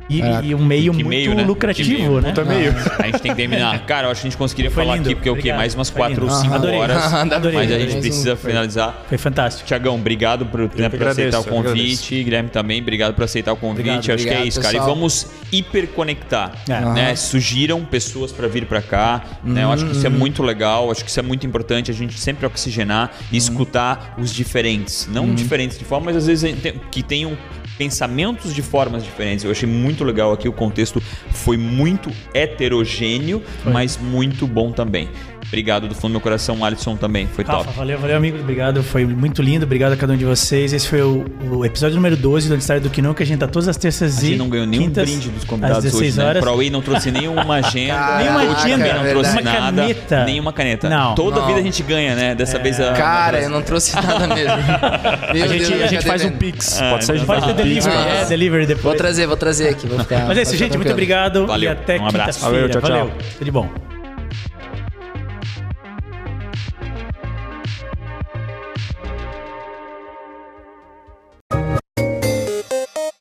E, e um meio Que muito meio, né? lucrativo, Que meio. né? Puta meio. A gente tem que terminar. Cara, eu acho que a gente conseguiria Foi falar lindo. aqui, porque o quê? Obrigado. Mais umas Foi quatro ou lindo. cinco Adorei. horas. Adorei. Mas a Adorei. gente precisa finalizar. Foi fantástico. Tiagão, obrigado por, né, por agradeço, aceitar o eu que convite. Guilherme também, obrigado por aceitar o convite. Obrigado, Acho que é obrigado, isso, cara. pessoal. E vamos hiperconectar. É. Né? Surgiram pessoas para vir para cá. Né? Eu acho que isso é muito legal. Acho que isso é muito importante. A gente sempre oxigenar e escutar os diferentes. Não diferentes de forma, mas às vezes tem- que tenham pensamentos de formas diferentes. Eu achei muito legal aqui. O contexto foi muito heterogêneo, mas muito bom também. Obrigado do fundo do meu coração, Alisson, também. Foi Rafa, top. valeu, valeu, amigo. Obrigado. Foi muito lindo. Obrigado a cada um de vocês. Esse foi o, o episódio número doze do História do Kino, que a gente tá todas as terças A e gente não ganhou nenhum quintas, brinde dos às convidados dezesseis hoje, né? horas. O ProWay não trouxe nenhuma agenda, Caraca, Nenhuma o agenda, também não é trouxe verdade. nada. Uma caneta. Nenhuma caneta. Não. Toda Não. vida a gente ganha, né? Dessa vez a... Cara, eu não trouxe nada mesmo. Meu A gente, Deus, a gente já faz um devendo. pix. Pode ser, a gente Pode faz ter um pix. delivery, Ah. é, delivery depois. Vou trazer, vou trazer aqui. Vou ficar, Mas é isso, vou ficar gente. Muito tranquilo. obrigado. Valeu, E até um abraço. quinta-feira. Valeu, tchau, tchau. Valeu. Tudo de bom.